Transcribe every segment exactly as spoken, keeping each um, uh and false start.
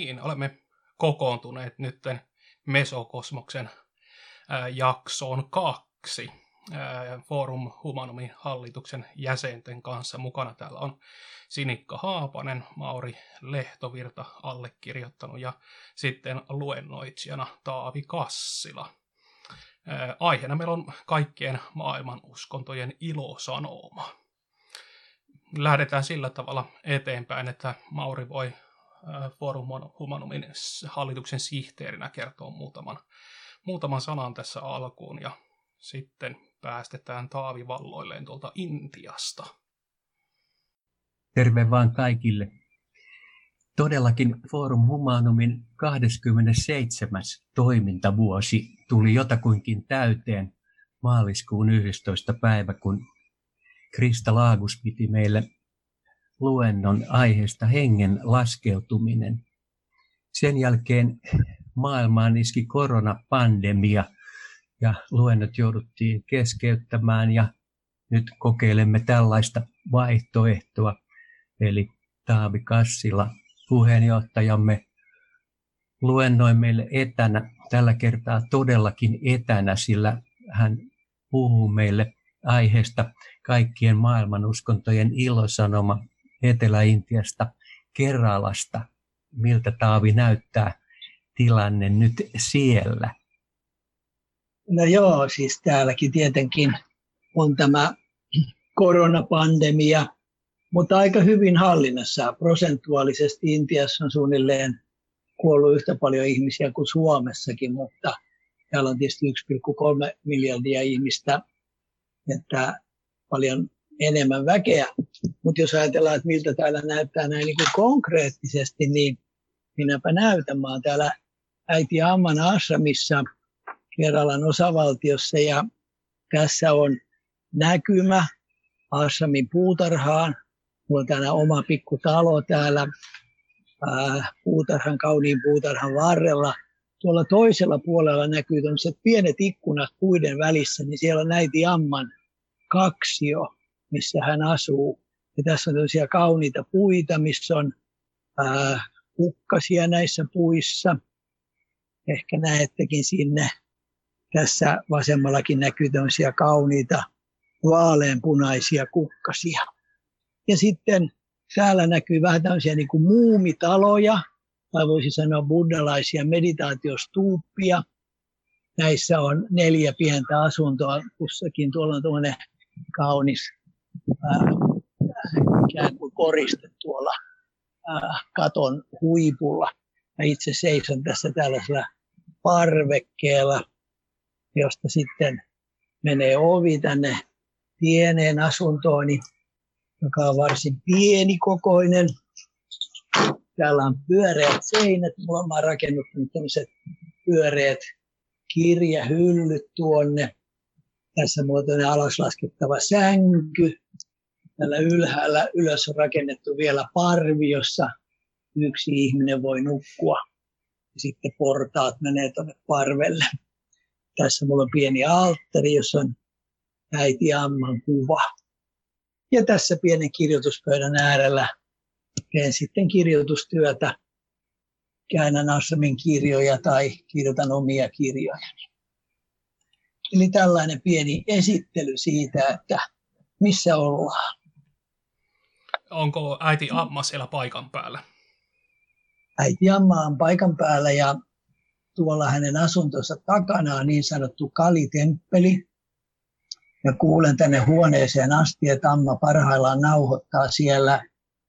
Niin, olemme kokoontuneet nyt Mesokosmoksen ää, jaksoon kaksi. Ää, Forum Humanumin hallituksen jäsenten kanssa. Mukana täällä on Sinikka Haapanen, Mauri Lehtovirta allekirjoittanut ja sitten luennoitsijana Taavi Kassila. Ää, aiheena meillä on kaikkien maailman uskontojen ilosanoma. Lähdetään sillä tavalla eteenpäin, että Mauri voi Forum Humanumin hallituksen sihteerinä kertoa muutaman, muutaman sanan tässä alkuun ja sitten päästetään Taavi valloilleen tuolta Intiasta. Terve vaan kaikille. Todellakin Forum Humanumin kahdeskymmenesseitsemäs toimintavuosi tuli jotakuinkin täyteen maaliskuun yhdestoista päivä, kun Krista Laagus piti meille luennon aiheesta hengen laskeutuminen. Sen jälkeen maailmaan iski koronapandemia ja luennot jouduttiin keskeyttämään ja nyt kokeilemme tällaista vaihtoehtoa. Eli Taavi Kassila, puheenjohtajamme, luennoi meille etänä, tällä kertaa todellakin etänä, sillä hän puhuu meille aiheesta kaikkien maailman uskontojen ilosanoma Etelä-Intiasta, Keralasta. Miltä, Taavi, näyttää tilanne nyt siellä? No joo, siis täälläkin tietenkin on tämä koronapandemia, mutta aika hyvin hallinnassa. Prosentuaalisesti Intiassa on suunnilleen kuollut yhtä paljon ihmisiä kuin Suomessakin, mutta täällä on tietysti yksi pilkku kolme miljardia ihmistä, että paljon enemmän väkeä. Mutta jos ajatellaan, että miltä täällä näyttää näin niin kuin konkreettisesti, niin minäpä näytän. Mä oon täällä äiti Amman ashramissa Keralan osavaltiossa ja tässä on näkymä ashramin puutarhaan. Mulla on täällä oma pikku talo täällä ää, puutarhan, kauniin puutarhan varrella. Tuolla toisella puolella näkyy tämmöiset pienet ikkunat puiden välissä, niin siellä on äiti Amman kaksio, missä hän asuu. Ja tässä on tämmöisiä kauniita puita, missä on ää, kukkasia näissä puissa. Ehkä näettekin sinne. Tässä vasemmallakin näkyy tämmöisiä kauniita vaaleanpunaisia kukkasia. Ja sitten täällä näkyy vähän tämmöisiä niin kuin muumitaloja, tai voisi sanoa buddhalaisia meditaatiostuuppia. Näissä on neljä pientä asuntoa kussakin. Tuolla on tuollainen kaunis ää, ikään kuin koriste tuolla ää, katon huipulla. Mä itse seison tässä tällaisella parvekkeella, josta sitten menee ovi tänne pieneen asuntooni, joka on varsin pienikokoinen. Täällä on pyöreät seinät. Mulla on rakennuttanut tämmöiset pyöreät kirjahyllyt tuonne. Tässä muotoinen alaslaskettava sänky. Täällä ylhäällä ylös on rakennettu vielä parvi, jossa yksi ihminen voi nukkua. Ja sitten portaat menee tuonne parvelle. Tässä mulla on pieni alttari, jossa on äiti Amman kuva. Ja tässä pienen kirjoituspöydän äärellä teen sitten kirjoitustyötä. Käännän ashramin kirjoja tai kirjoitan omia kirjojani. Eli tällainen pieni esittely siitä, että missä ollaan. Onko äiti Amma siellä paikan päällä? Äiti Amma on paikan päällä ja tuolla hänen asuntonsa takana on niin sanottu Kali-temppeli. Ja kuulen tänne huoneeseen asti, että Amma parhaillaan nauhoittaa siellä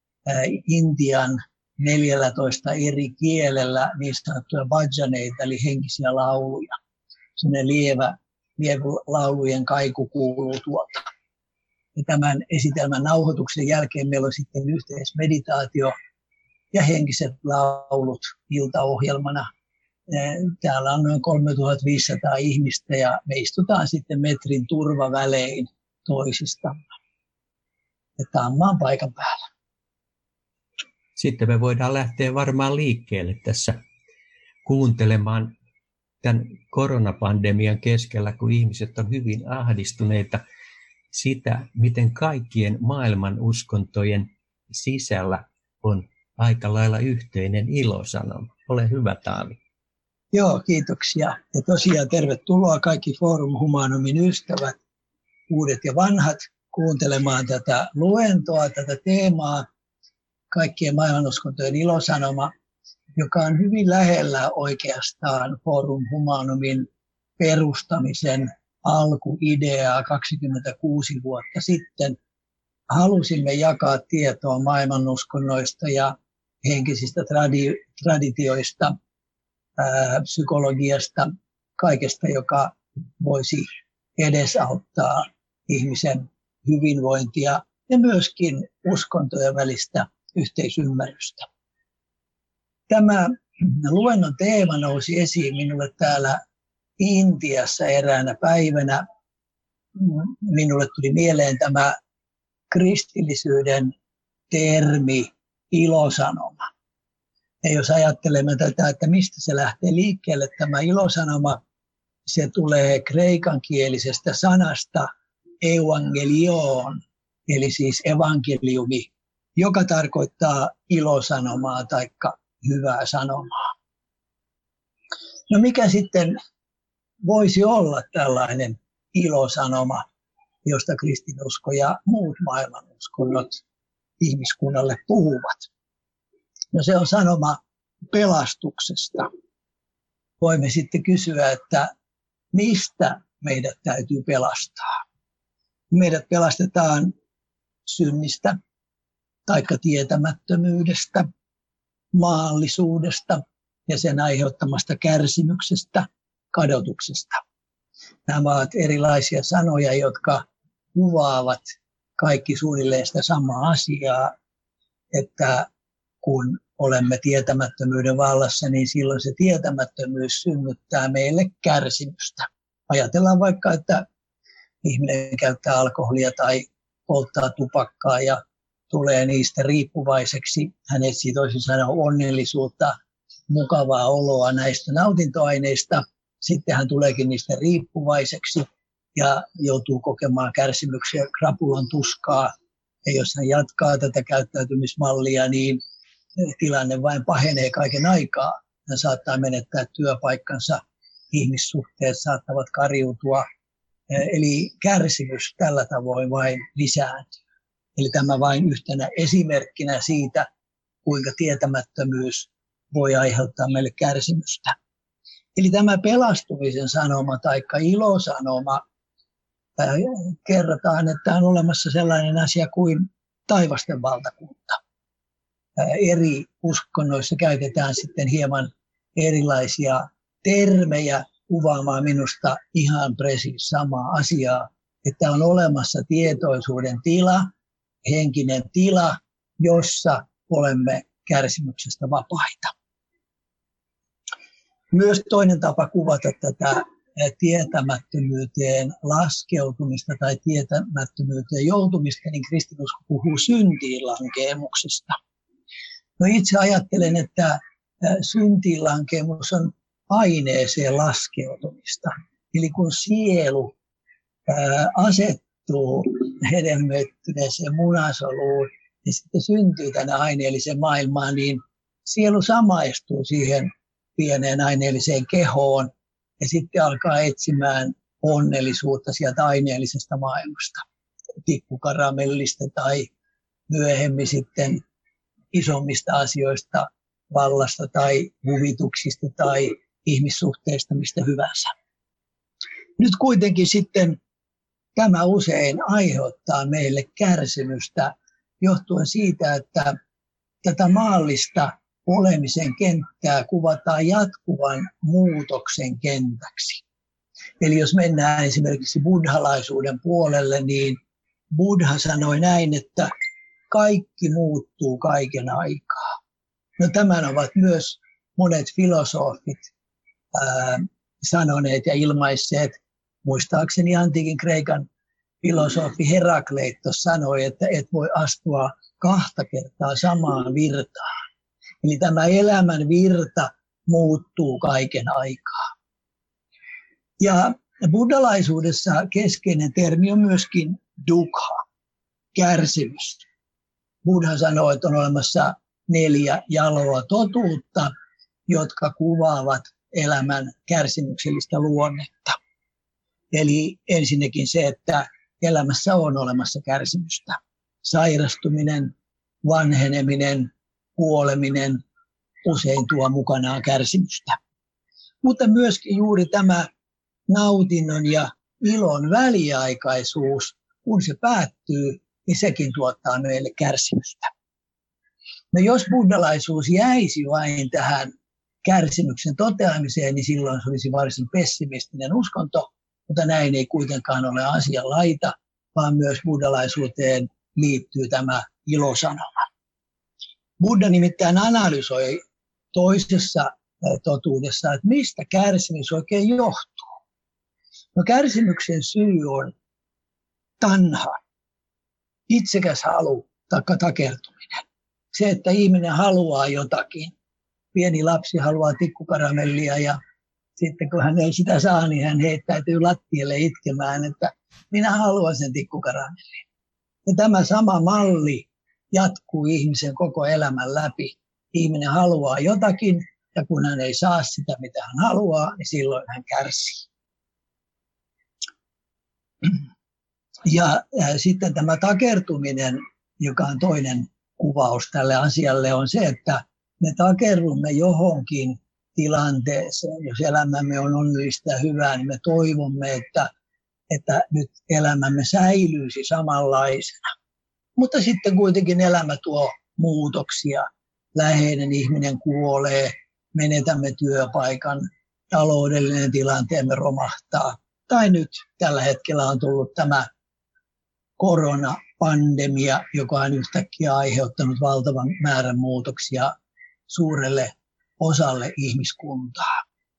Intian neljällätoista eri kielellä niin sanottuja bhajaneita, eli henkisiä lauluja. Sellainen lievä, lievä laulujen kaiku kuuluu tuolta. Ja tämän esitelmän nauhoituksen jälkeen meillä on sitten yhteismeditaatio ja henkiset laulut iltaohjelmana. Täällä on noin kolmetuhattaviisisataa ihmistä ja me istutaan sitten metrin turvavälein toisistamme. Tämä on maan paikan päällä. Sitten me voidaan lähteä varmaan liikkeelle tässä kuuntelemaan tämän koronapandemian keskellä, kun ihmiset on hyvin ahdistuneita sitä, miten kaikkien maailman uskontojen sisällä on aika lailla yhteinen ilosanoma. Ole hyvä, Taavi. Joo, kiitoksia. Ja tosiaan tervetuloa kaikki Forum Humanumin ystävät, uudet ja vanhat, kuuntelemaan tätä luentoa, tätä teemaa, kaikkien maailmanuskontojen ilosanoma, joka on hyvin lähellä oikeastaan Forum Humanumin perustamisen alkuideaa kaksikymmentäkuusi vuotta sitten. Halusimme jakaa tietoa maailmanuskonnoista ja henkisistä tradi- traditioista, ää, psykologiasta, kaikesta, joka voisi edesauttaa ihmisen hyvinvointia ja myöskin uskontojen välistä yhteisymmärrystä. Tämä luennon teema nousi esiin minulle täällä Intiassa eräänä päivänä. Minulle tuli mieleen tämä kristillisyyden termi ilosanoma. Ja jos ajattelemme tätä, että mistä se lähtee liikkeelle, tämä ilosanoma, se tulee kreikankielisestä sanasta evangelion, eli siis evankeliumi, joka tarkoittaa ilosanomaa tai hyvää sanomaa. No mikä sitten voisi olla tällainen ilosanoma, josta kristinusko ja muut maailmanuskonnot ihmiskunnalle puhuvat? No se on sanoma pelastuksesta. Voimme sitten kysyä, että mistä meidät täytyy pelastaa? Meidät pelastetaan synnistä, taikka tietämättömyydestä, maallisuudesta ja sen aiheuttamasta kärsimyksestä, kadotuksesta. Nämä ovat erilaisia sanoja, jotka kuvaavat kaikki suunnilleen sitä samaa asiaa, että kun olemme tietämättömyyden vallassa, niin silloin se tietämättömyys synnyttää meille kärsimystä. Ajatellaan vaikka, että ihminen käyttää alkoholia tai polttaa tupakkaa ja tulee niistä riippuvaiseksi. Hän etsii toisin sanoen onnellisuutta, mukavaa oloa näistä nautintoaineista. Sitten hän tuleekin niistä riippuvaiseksi ja joutuu kokemaan kärsimyksiä, krapulan tuskaa. Ja jos hän jatkaa tätä käyttäytymismallia, niin tilanne vain pahenee kaiken aikaa. Hän saattaa menettää työpaikkansa, ihmissuhteet saattavat kariutua. Eli kärsimys tällä tavoin vain lisääntyy. Eli tämä vain yhtenä esimerkkinä siitä, kuinka tietämättömyys voi aiheuttaa meille kärsimystä. Eli tämä pelastumisen sanoma tai ilosanoma, äh, kerrotaan, että on olemassa sellainen asia kuin taivasten valtakunta. Äh, eri uskonnoissa käytetään sitten hieman erilaisia termejä kuvaamaan minusta ihan presiis samaa asiaa, että on olemassa tietoisuuden tila, henkinen tila, jossa olemme kärsimyksestä vapaita. Myös toinen tapa kuvata tätä tietämättömyyteen laskeutumista tai tietämättömyyteen joutumista, niin kristinusko puhuu syntiinlankeemuksesta. No itse ajattelen, että syntiinlankeemus on aineeseen laskeutumista. Eli kun sielu ää, asettuu hedelmöittyneeseen munasoluun, niin sitten syntyy tänne aineelliseen maailmaan, niin sielu samaistuu siihen pieneen aineelliseen kehoon ja sitten alkaa etsimään onnellisuutta sieltä aineellisesta maailmasta. Tikkukaramellista tai myöhemmin sitten isommista asioista, vallasta tai huvituksista tai ihmissuhteista, mistä hyvänsä. Nyt kuitenkin sitten tämä usein aiheuttaa meille kärsimystä johtuen siitä, että tätä maallista olemisen kenttää kuvataan jatkuvan muutoksen kentäksi. Eli jos mennään esimerkiksi buddhalaisuuden puolelle, niin Buddha sanoi näin, että kaikki muuttuu kaiken aikaa. No tämän ovat myös monet filosofit ää, sanoneet ja ilmaisseet. Muistaakseni antiikin Kreikan filosofi Herakleitos sanoi, että et voi astua kahta kertaa samaan virtaan. Eli tämä elämän virta muuttuu kaiken aikaa. Ja buddhalaisuudessa keskeinen termi on myöskin dukkha, kärsimys. Buddha sanoo, että on olemassa neljä jaloa totuutta, jotka kuvaavat elämän kärsimyksellistä luonnetta. Eli ensinnäkin se, että elämässä on olemassa kärsimystä. Sairastuminen, vanheneminen, kuoleminen usein tuo mukanaan kärsimystä. Mutta myöskin juuri tämä nautinnon ja ilon väliaikaisuus, kun se päättyy, niin sekin tuottaa meille kärsimystä. No jos buddhalaisuus jäisi vain tähän kärsimyksen toteamiseen, niin silloin se olisi varsin pessimistinen uskonto, mutta näin ei kuitenkaan ole asian laita, vaan myös buddhalaisuuteen liittyy tämä ilosanoma. Buddha nimittäin analysoi toisessa totuudessa, että mistä kärsimys oikein johtuu. No kärsimyksen syy on tanha, itsekäs halu tai takertuminen. Se, että ihminen haluaa jotakin. Pieni lapsi haluaa tikkukaramellia ja sitten kun hän ei sitä saa, niin hän heittäytyy lattialle itkemään, että minä haluan sen tikkukaramellia. Ja tämä sama malli jatkuu ihmisen koko elämän läpi. Ihminen haluaa jotakin ja kun hän ei saa sitä, mitä hän haluaa, niin silloin hän kärsii. Ja sitten tämä takertuminen, joka on toinen kuvaus tälle asialle, on se, että me takerrumme johonkin tilanteeseen. Jos elämämme on onnellista ja hyvää, niin me toivomme, että, että nyt elämämme säilyisi samanlaisena. Mutta sitten kuitenkin elämä tuo muutoksia. Läheinen ihminen kuolee, menetämme työpaikan, taloudellinen tilanteemme romahtaa. Tai nyt tällä hetkellä on tullut tämä koronapandemia, joka on yhtäkkiä aiheuttanut valtavan määrän muutoksia suurelle osalle ihmiskuntaa.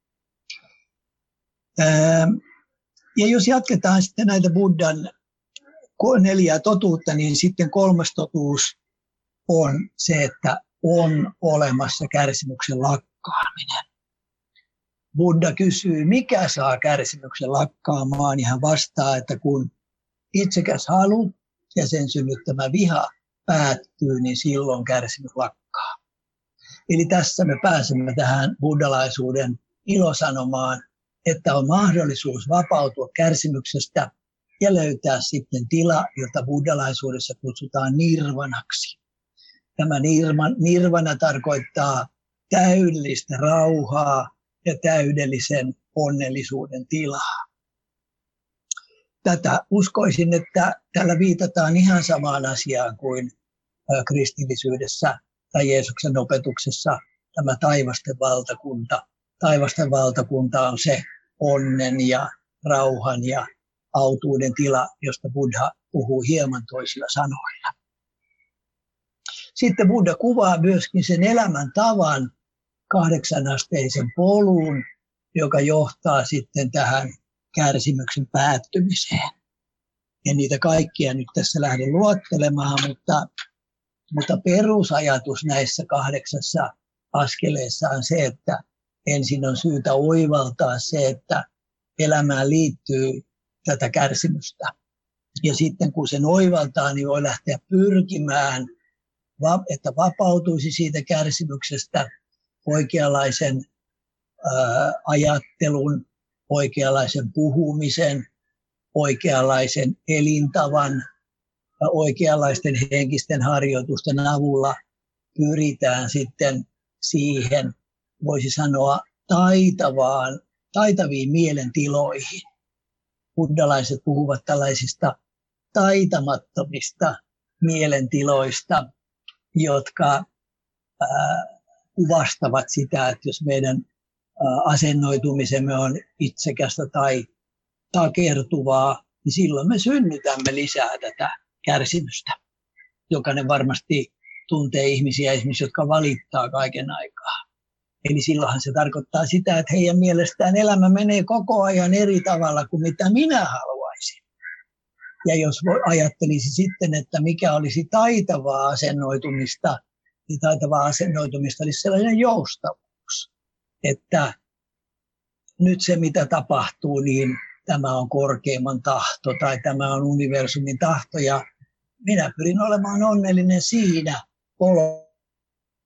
Ja jos jatketaan sitten näitä Buddhan neljää totuutta, niin sitten kolmas totuus on se, että on olemassa kärsimyksen lakkaaminen. Buddha kysyy, mikä saa kärsimyksen lakkaamaan, ja hän vastaa, että kun itsekäs halu ja sen synnyttämä viha päättyy, niin silloin kärsimys lakkaa. Eli tässä me pääsemme tähän buddhalaisuuden ilosanomaan, että on mahdollisuus vapautua kärsimyksestä ja löytää sitten tila, jota buddhalaisuudessa kutsutaan nirvanaksi. Tämä nirvana tarkoittaa täydellistä rauhaa ja täydellisen onnellisuuden tilaa. Tätä uskoisin, että tällä viitataan ihan samaan asiaan kuin kristillisyydessä tai Jeesuksen opetuksessa tämä taivasten valtakunta. Taivasten valtakunta on se onnen ja rauhan ja autuuden tila, josta Buddha puhuu hieman toisilla sanoilla. Sitten Buddha kuvaa myöskin sen elämäntavan kahdeksanasteisen polun, joka johtaa sitten tähän kärsimyksen päättymiseen. En niitä kaikkia nyt tässä lähde luottelemaan, mutta, mutta perusajatus näissä kahdeksassa askeleessa on se, että ensin on syytä oivaltaa se, että elämään liittyy tätä kärsimystä. Ja sitten kun sen oivaltaa, niin voi lähteä pyrkimään, että vapautuisi siitä kärsimyksestä oikeanlaisen ää, ajattelun, oikeanlaisen puhumisen, oikeanlaisen elintavan, oikeanlaisten henkisten harjoitusten avulla pyritään sitten siihen, voisi sanoa, taitavaan, taitaviin mielentiloihin. Buddhalaiset puhuvat tällaisista taitamattomista mielentiloista, jotka ää, kuvastavat sitä, että jos meidän ää, asennoitumisemme on itsekästä tai takertuvaa, niin silloin me synnytämme lisää tätä kärsimystä. Jokainen varmasti tuntee ihmisiä esimerkiksi, jotka valittaa kaiken aikaa. Eli silloinhan se tarkoittaa sitä, että heidän mielestään elämä menee koko ajan eri tavalla kuin mitä minä haluaisin. Ja jos ajattelisi sitten, että mikä olisi taitavaa asennoitumista, niin taitavaa asennoitumista olisi sellainen joustavuus, että nyt se mitä tapahtuu, niin tämä on korkeimman tahto tai tämä on universumin tahto ja minä pyrin olemaan onnellinen siinä olossa,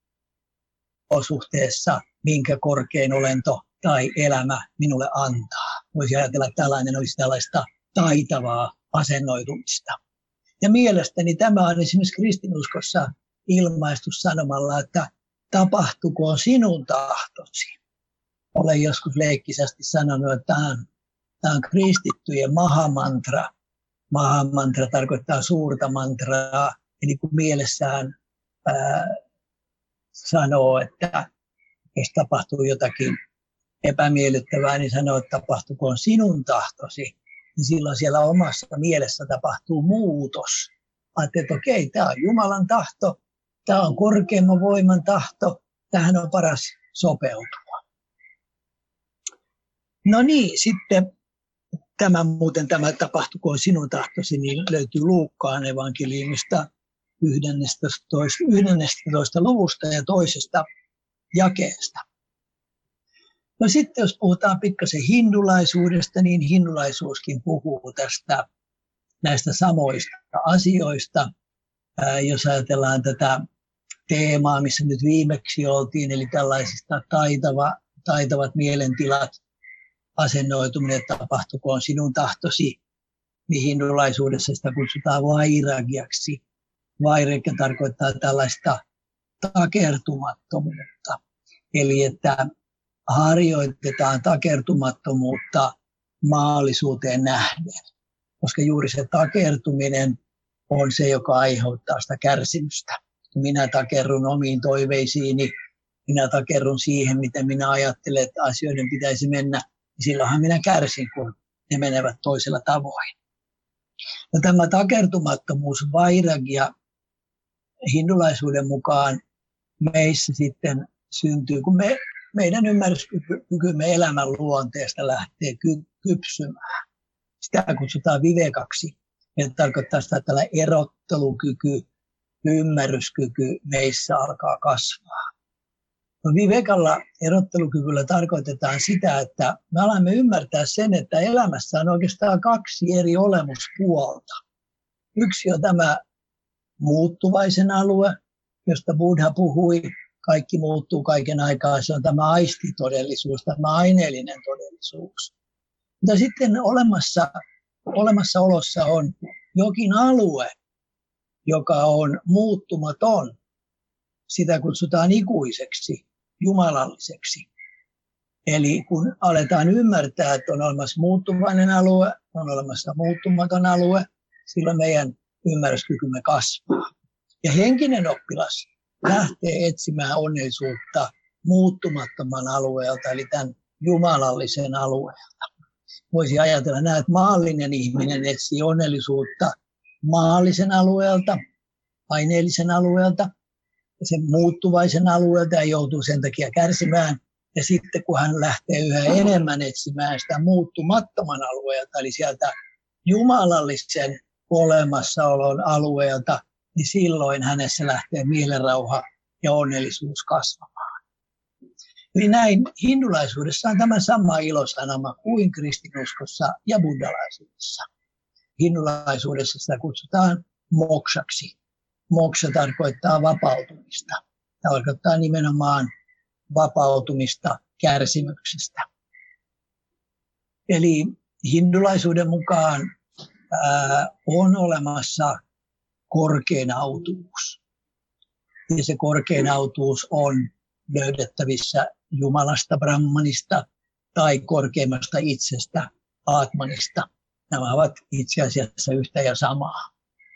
olosuhteessa, minkä korkein olento tai elämä minulle antaa. Voisi ajatella, että tällainen olisi tällaista taitavaa asennoitumista. Ja mielestäni tämä on esimerkiksi kristinuskossa ilmaistu sanomalla, että tapahtukoon sinun tahtosi. Olen joskus leikkisästi sanonut, että tämä on, tämä on kristittyjen mahamantra. Mahamantra tarkoittaa suurta mantraa, eli kun mielessään ää, sanoo, että jos tapahtuu jotakin epämiellyttävää, niin sanoo, että tapahtukoon sinun tahtosi. Niin silloin siellä omassa mielessä tapahtuu muutos. Ajattelin, että okei, tämä on Jumalan tahto, tämä on korkeimman voiman tahto, tähän on paras sopeutua. No niin, sitten tämä muuten tämä tapahtukoon sinun tahtosi, niin löytyy Luukkaan evankeliumista yhdennestätoista luvusta ja toisesta jakeesta. No sitten jos puhutaan pikkasen hindulaisuudesta, niin hindulaisuuskin puhuu tästä näistä samoista asioista. Ää, jos ajatellaan tätä teemaa, missä nyt viimeksi oltiin, eli tällaisista taitava, taitavat mielentilat, asennoituminen, tapahtukoon sinun tahtosi, niin hindulaisuudessa sitä kutsutaan vairagiaksi. Vairagya tarkoittaa tällaista takertumattomuutta, eli että harjoitetaan takertumattomuutta maallisuuteen nähden, koska juuri se takertuminen on se, joka aiheuttaa sitä kärsimystä. Minä takerrun omiin toiveisiini, minä takerrun siihen, miten minä ajattelen, että asioiden pitäisi mennä, ja silloinhan minä kärsin, kun ne menevät toisella tavoin. No, tämä takertumattomuus, vairagya, hindulaisuuden mukaan meissä sitten syntyy, kun me meidän ymmärryskykymme elämän luonteesta lähtee ky- kypsymään. Sitä kutsutaan vivekaksi. Se tarkoittaa sitä, että tällainen erottelukyky, ymmärryskyky meissä alkaa kasvaa. No, vivekalla, erottelukyvyllä tarkoitetaan sitä, että me alamme ymmärtää sen, että elämässä on oikeastaan kaksi eri olemuspuolta. Yksi on tämä muuttuvaisen alue, josta Buddha puhui. Kaikki muuttuu kaiken aikaa. Se on tämä aistitodellisuus, tämä aineellinen todellisuus. Mutta sitten olemassa, olemassaolossa on jokin alue, joka on muuttumaton. Sitä kutsutaan ikuiseksi, jumalalliseksi. Eli kun aletaan ymmärtää, että on olemassa muuttuvainen alue, on olemassa muuttumaton alue, silloin meidän ymmärryskykymme kasvaa. Ja henkinen oppilas lähtee etsimään onnellisuutta muuttumattoman alueelta, eli tämän jumalallisen alueelta. Voisi ajatella näin, että maallinen ihminen etsii onnellisuutta maallisen alueelta, aineellisen alueelta, ja sen muuttuvaisen alueelta ja joutuu sen takia kärsimään. Ja sitten kun hän lähtee yhä enemmän etsimään sitä muuttumattoman alueelta, eli sieltä jumalallisen olemassaolon alueelta, niin silloin hänessä lähtee mielenrauha ja onnellisuus kasvamaan. Eli näin hindulaisuudessa on tämä sama ilosanoma kuin kristinuskossa ja buddhalaisuudessa. Hindulaisuudessa sitä kutsutaan moksaksi. Moksha tarkoittaa vapautumista. Tämä tarkoittaa nimenomaan vapautumista kärsimyksestä. Eli hindulaisuuden mukaan ää, on olemassa korkein autuus. Ja se korkein autuus on löydettävissä Jumalasta, Brahmanista tai korkeimmasta itsestä, Atmanista. Nämä ovat itse asiassa yhtä ja samaa.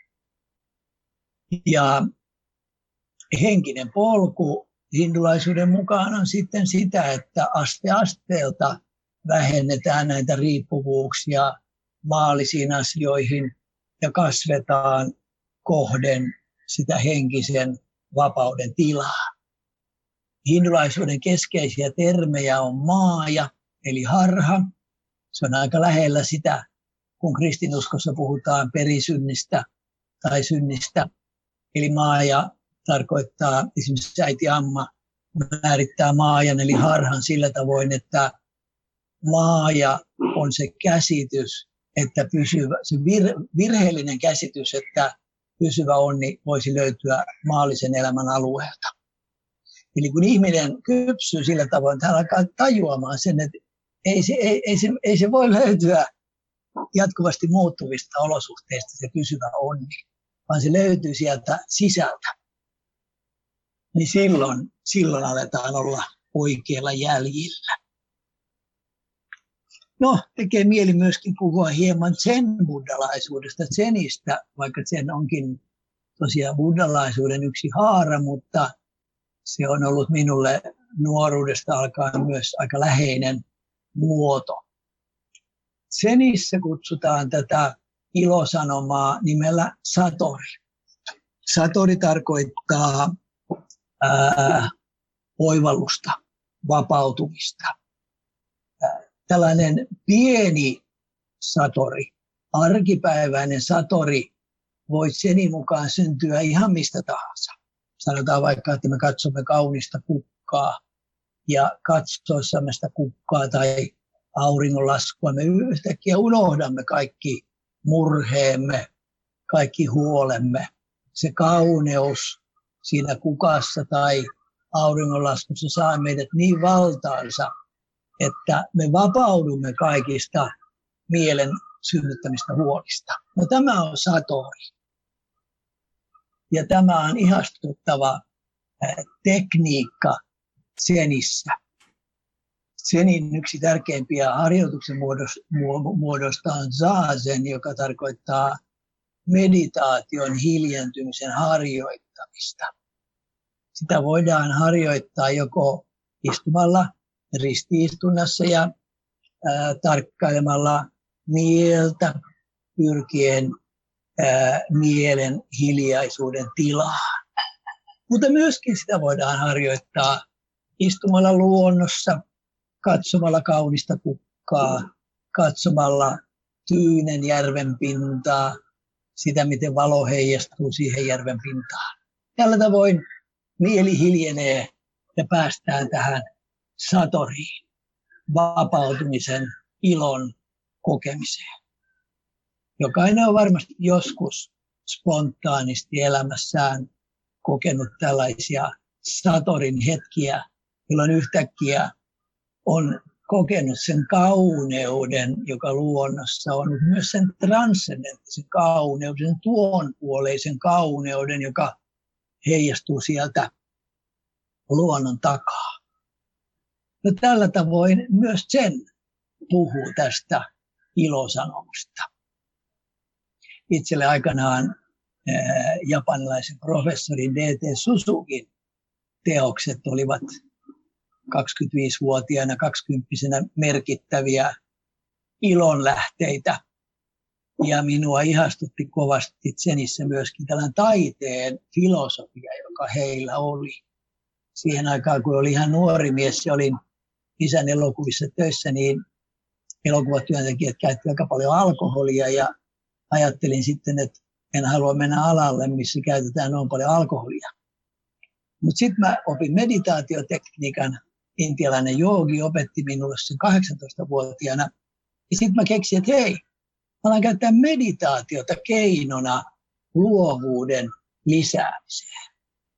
Ja henkinen polku hindulaisuuden mukaan on sitten sitä, että aste asteelta vähennetään näitä riippuvuuksia maallisiin asioihin ja kasvetaan kohden sitä henkisen vapauden tilaa. Hindulaisuuden keskeisiä termejä on maaja, eli harha. Se on aika lähellä sitä, kun kristinuskossa puhutaan perisynnistä tai synnistä. Eli maaja tarkoittaa, esimerkiksi äiti Amma määrittää maajan, eli harhan sillä tavoin, että maaja on se käsitys, että pysyvä, se vir, virheellinen käsitys, että pysyvä onni voisi löytyä maallisen elämän alueelta. Eli kun ihminen kypsyy sillä tavoin, että hän alkaa tajuamaan sen, että ei se, ei, ei se, ei se voi löytyä jatkuvasti muuttuvista olosuhteista se pysyvä onni, vaan se löytyy sieltä sisältä. Niin silloin, silloin aletaan olla oikeilla jäljillä. No, tekee mieli myöskin puhua hieman zen-buddhalaisuudesta, zenistä, vaikka zen onkin tosiaan buddhalaisuuden yksi haara, mutta se on ollut minulle nuoruudesta alkaen myös aika läheinen muoto. Zenissä kutsutaan tätä ilosanomaa nimellä satori. Satori tarkoittaa ää, oivallusta, vapautumista. Tällainen pieni satori, arkipäiväinen satori, voi zenin mukaan syntyä ihan mistä tahansa. Sanotaan vaikka, että me katsomme kaunista kukkaa ja katsoessamme sitä kukkaa tai auringonlaskua me yhtäkkiä unohdamme kaikki murheemme, kaikki huolemme. Se kauneus siinä kukassa tai auringonlaskussa saa meidät niin valtaansa, että me vapaudumme kaikista mielen synnyttämistä huolista. No tämä on satori. Ja tämä on ihastuttava tekniikka zenissä. Zenin yksi tärkeimpiä harjoituksen muodosta on zazen, joka tarkoittaa meditaation hiljentymisen harjoittamista. Sitä voidaan harjoittaa joko istumalla ristiistunnassa ja ää, tarkkailemalla mieltä pyrkien ää, mielen hiljaisuuden tilaa. Mutta myöskin sitä voidaan harjoittaa istumalla luonnossa, katsomalla kaunista kukkaa, katsomalla tyynen järven pintaa, sitä miten valo heijastuu siihen järven pintaan. Tällä tavoin mieli hiljenee ja päästään tähän satoriin, vapautumisen ilon kokemiseen. Jokainen on varmasti joskus spontaanisti elämässään kokenut tällaisia satorin hetkiä, jolloin yhtäkkiä on kokenut sen kauneuden, joka luonnossa on, mutta myös sen transcendenttisen kauneuden, sen tuonpuoleisen kauneuden, joka heijastuu sieltä luonnon takaa. No, tällä tavoin myös Zen puhuu tästä ilosanomasta. Itselle aikanaan ää, japanilaisen professorin D T Suzukin teokset olivat kaksikymmentäviisivuotiaana, kaksikymppisenä merkittäviä ilonlähteitä. Ja minua ihastutti kovasti Zenissä myöskin tällainen taiteen filosofia, joka heillä oli. Siihen aikaan, kun olin ihan nuori mies ja olin isän elokuvissa töissä, niin elokuvatyöntekijät käyttivät aika paljon alkoholia ja ajattelin sitten, että en halua mennä alalle, missä käytetään noin paljon alkoholia. Mutta sitten mä opin meditaatiotekniikan. Intialainen joogi opetti minulle sen kahdeksantoistavuotiaana. Ja sitten mä keksin, että hei, mä alan käyttää meditaatiota keinona luovuuden lisäämiseen.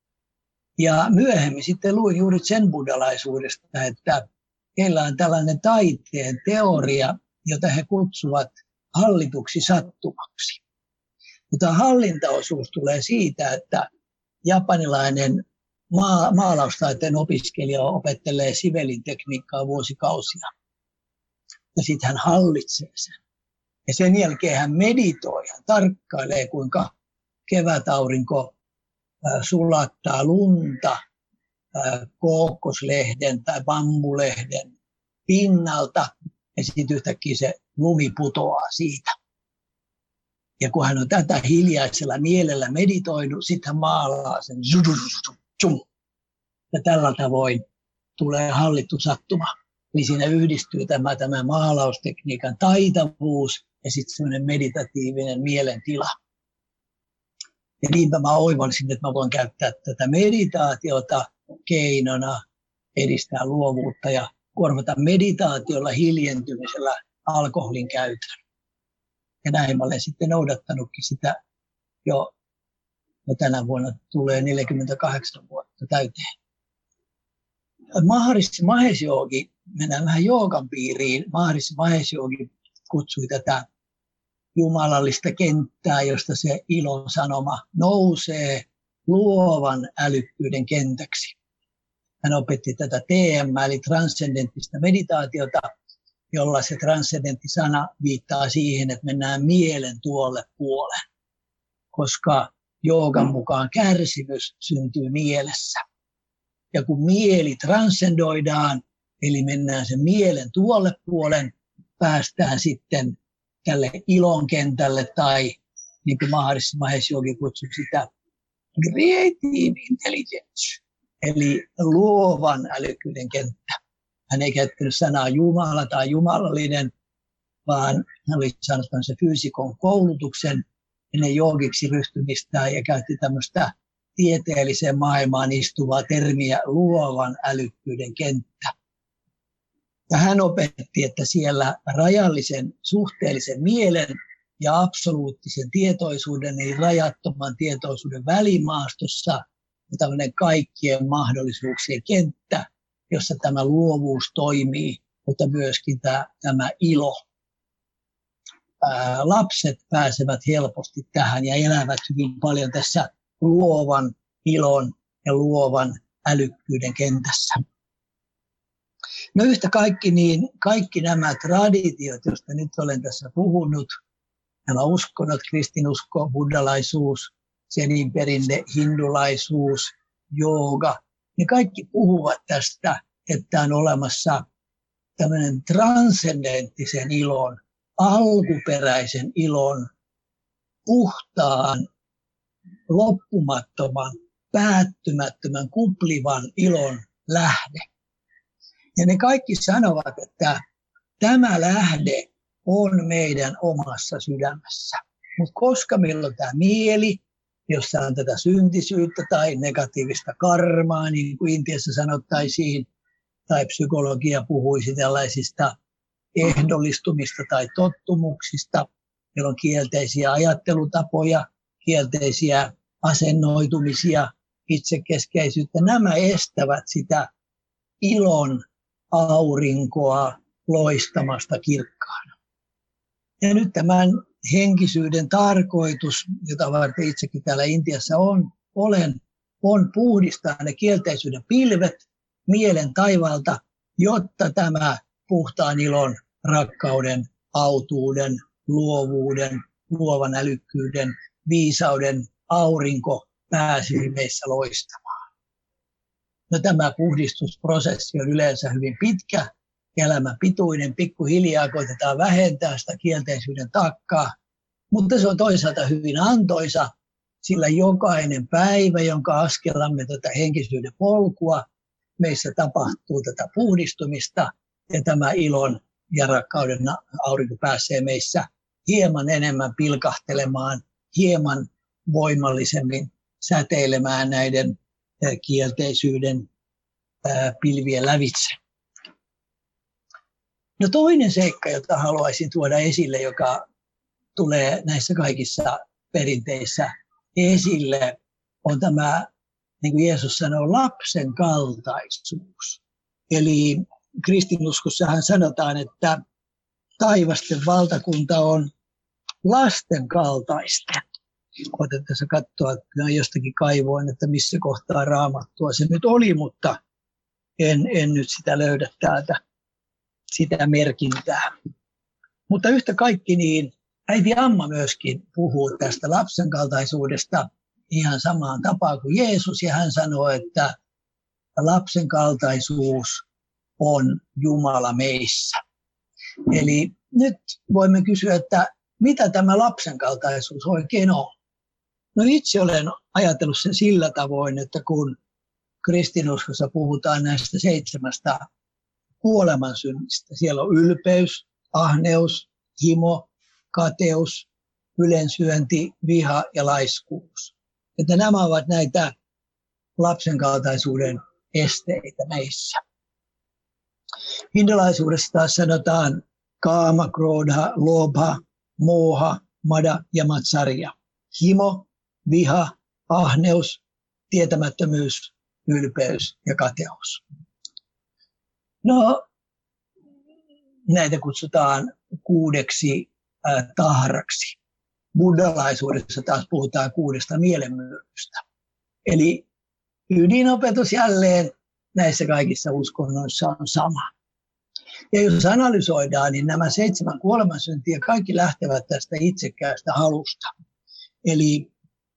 Ja myöhemmin sitten luin juuri zen-buddhalaisuudesta, että heillä on tällainen taiteen teoria, jota he kutsuvat hallituksi sattumaksi. Mutta hallintaosuus tulee siitä, että japanilainen maa, maalaustaiteen opiskelija opettelee sivelin tekniikkaa vuosikausia. Ja sitten hän hallitsee sen. Ja sen jälkeen hän meditoi, hän tarkkailee, kuinka kevätaurinko sulattaa lunta kookkoslehden tai bambulehden pinnalta, ja sitten yhtäkkiä se lumi putoaa siitä. Ja kun hän on tätä hiljaisella mielellä meditoinut, sitten hän maalaa sen. Ja tällä tavoin tulee hallittu sattuma. Niin siinä yhdistyy tämä, tämä maalaustekniikan taitavuus ja sitten semmoinen meditatiivinen mielentila. Ja niinpä mä oivalsin, että mä voin käyttää tätä meditaatiota keinona edistää luovuutta ja korvata meditaatiolla hiljentymisellä alkoholin käytön. Ja näin mä olen sitten noudattanutkin sitä jo, no tänä vuonna tulee neljäkymmentäkahdeksan vuotta täyteen. Maharishi Mahesh Yogi, mennään vähän joogan piiriin, Maharishi Mahesh Yogi kutsui tätä jumalallista kenttää, josta se ilon sanoma nousee luovan älykkyyden kentäksi. Hän opetti tätä T M, eli transcendenttista meditaatiota, jolla se transcendentti sana viittaa siihen, että mennään mielen tuolle puoleen, koska joogan mukaan kärsimys syntyy mielessä. Ja kun mieli transcendoidaan, eli mennään sen mielen tuolle puolen, päästään sitten tälle ilon kentälle, tai niin kuin Maharishi Mahesh Yogi kutsui sitä, creative intelligence, eli luovan älykkyyden kenttä. Hän ei käyttänyt sanaa Jumala tai jumalallinen, vaan hän oli saanut tämmöisen fyysikon koulutuksen ennen joogiksi ryhtymistä ja käytti tämmöistä tieteelliseen maailmaan istuvaa termiä luovan älykkyyden kenttä. Ja hän opetti, että siellä rajallisen suhteellisen mielen ja absoluuttisen tietoisuuden, eli rajattoman tietoisuuden välimaastossa on tämmöinen kaikkien mahdollisuuksien kenttä, jossa tämä luovuus toimii, mutta myöskin tämä, tämä ilo. Ää, lapset pääsevät helposti tähän ja elävät hyvin paljon tässä luovan ilon ja luovan älykkyyden kentässä. No yhtä kaikki, niin kaikki nämä traditiot, joista nyt olen tässä puhunut, nämä uskonnot, kristinusko, buddhalaisuus, senin perinne, hindulaisuus, jooga, ne kaikki puhuvat tästä, että on olemassa tämmöinen transcendenttisen ilon, alkuperäisen ilon, puhtaan, loppumattoman, päättymättömän, kuplivan ilon lähde. Ja ne kaikki sanovat, että tämä lähde on meidän omassa sydämessä. Mutta koska meillä on tämä mieli, jossa on tätä syntisyyttä tai negatiivista karmaa, niin kuin Intiassa sanottaisiin, tai psykologia puhuisi tällaisista ehdollistumista tai tottumuksista, meillä on kielteisiä ajattelutapoja, kielteisiä asennoitumisia, itsekeskeisyyttä. Nämä estävät sitä ilon aurinkoa loistamasta kirkkaana. Ja nyt tämän henkisyyden tarkoitus, jota varten itsekin täällä Intiassa on, olen, on puhdistaa ne kielteisyyden pilvet mielen taivaalta, jotta tämä puhtaan ilon, rakkauden, autuuden, luovuuden, luovan älykkyyden, viisauden aurinko pääsisi meissä loistamaan. No, tämä puhdistusprosessi on yleensä hyvin pitkä, elämän pituinen, pikkuhiljaa koitetaan vähentää sitä kielteisyyden taakkaa, mutta se on toisaalta hyvin antoisa, sillä jokainen päivä, jonka askellamme tätä henkisyyden polkua, meissä tapahtuu tätä puhdistumista ja tämä ilon ja rakkauden aurinko pääsee meissä hieman enemmän pilkahtelemaan, hieman voimallisemmin säteilemään näiden kielteisyyden pilvien lävitse. No, toinen seikka, jota haluaisin tuoda esille, joka tulee näissä kaikissa perinteissä esille, on tämä, niin kuin Jeesus sanoo, lapsen kaltaisuus. Eli kristinuskossahan sanotaan, että taivasten valtakunta on lasten kaltaista. Koitan tässä katsoa, että jostakin kaivoin, että missä kohtaa Raamattua se nyt oli, mutta en, en nyt sitä löydä täältä, sitä merkintää. Mutta yhtä kaikki, niin äiti Amma myöskin puhuu tästä lapsen kaltaisuudesta ihan samaan tapaan kuin Jeesus, ja hän sanoo, että lapsen kaltaisuus on Jumala meissä. Eli nyt voimme kysyä, että mitä tämä lapsen kaltaisuus oikein on? No, itse olen ajatellut sen sillä tavoin, että kun kristinuskossa puhutaan näistä seitsemästä kuolemansynnistä, siellä on ylpeys, ahneus, himo, kateus, ylensyönti, viha ja laiskuus. Että nämä ovat näitä lapsen kaltaisuuden esteitä meissä. Hindulaisuudessa taas sanotaan kaama, krodha, lobha, moha, mada ja matsarja. Himo, viha, ahneus, tietämättömyys, ylpeys ja kateus. No, näitä kutsutaan kuudeksi äh, tahraksi. Buddhalaisuudessa taas puhutaan kuudesta mielenmyrkystä. Eli ydinopetus jälleen näissä kaikissa uskonnoissa on sama. Ja jos analysoidaan, niin nämä seitsemän kuolemansyntiä kaikki lähtevät tästä itsekkäästä halusta. Eli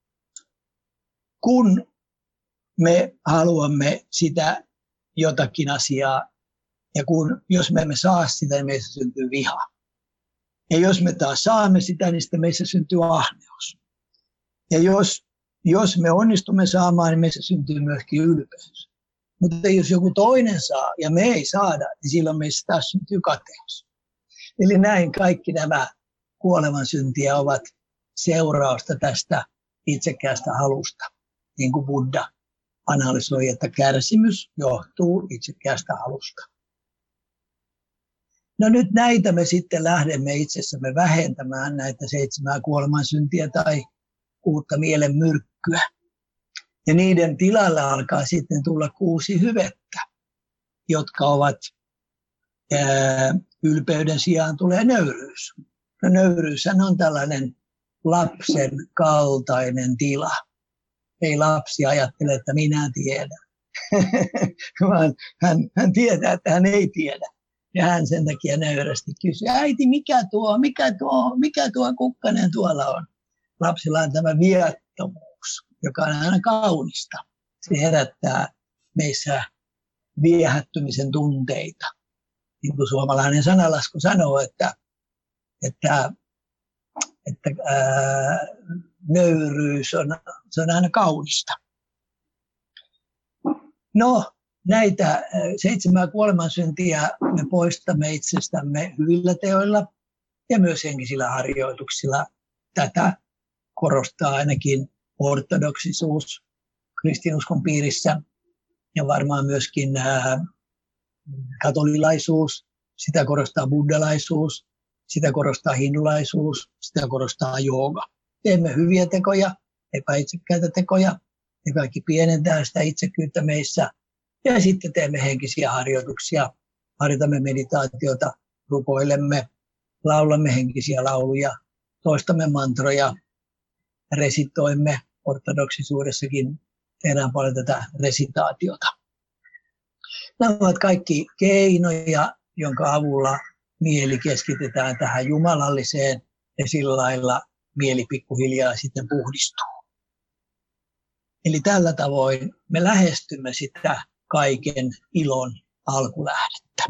kun me haluamme sitä jotakin asiaa, ja kun, jos me emme saa sitä, niin meissä syntyy viha. Ja jos me taas saamme sitä, niin sitten meissä syntyy ahneus. Ja jos, jos me onnistumme saamaan, niin meissä syntyy myöskin ylpeys. Mutta jos joku toinen saa ja me ei saada, niin silloin meissä taas syntyy kateus. Eli näin kaikki nämä kuolemansyntiä ovat seurausta tästä itsekkäästä halusta. Niin kuin Buddha analysoi, että kärsimys johtuu itsekkäästä halusta. No nyt näitä me sitten lähdemme itsessämme vähentämään, näitä seitsemää kuolemansyntiä tai kuutta mielen myrkkyä. Ja niiden tilalla alkaa sitten tulla kuusi hyvettä, jotka ovat ää, ylpeyden sijaan tulee nöyryys. No nöyryyshän on tällainen lapsen kaltainen tila. Ei lapsi ajattele, että minä tiedän, vaan hän, hän tietää, että hän ei tiedä. Ja hän sen takia nöyrästi kysyy, äiti, mikä tuo, mikä tuo, mikä tuo kukkanen tuolla on? Lapsilla on tämä viattomuus, joka on aina kaunista. Se herättää meissä viehättymisen tunteita. Niin kuin suomalainen sanalasku sanoo, että, että, että ää, nöyryys on, se on aina kaunista. No, näitä seitsemää kuolemansyntiä me poistamme itsestämme hyvillä teoilla ja myös henkisillä harjoituksilla. Tätä korostaa ainakin ortodoksisuus kristinuskon piirissä ja varmaan myöskin ää, katolilaisuus, sitä korostaa buddhalaisuus, sitä korostaa hindulaisuus, sitä korostaa jooga. Teemme hyviä tekoja, epäitsekkäitä tekoja, ne kaikki pienentää sitä itsekkyyttä meissä. Ja sitten teemme henkisiä harjoituksia, harjoitamme meditaatiota, rukoilemme, laulamme henkisiä lauluja, toistamme mantroja, resitoimme. Ortodoksisuudessakin tehdään paljon tätä resitaatiota. Nämä ovat kaikki keinoja, jonka avulla mieli keskitetään tähän jumalalliseen ja sillä lailla mieli pikkuhiljaa sitten puhdistuu. Eli tällä tavoin me lähestymme sitä kaiken ilon alkulähdettä.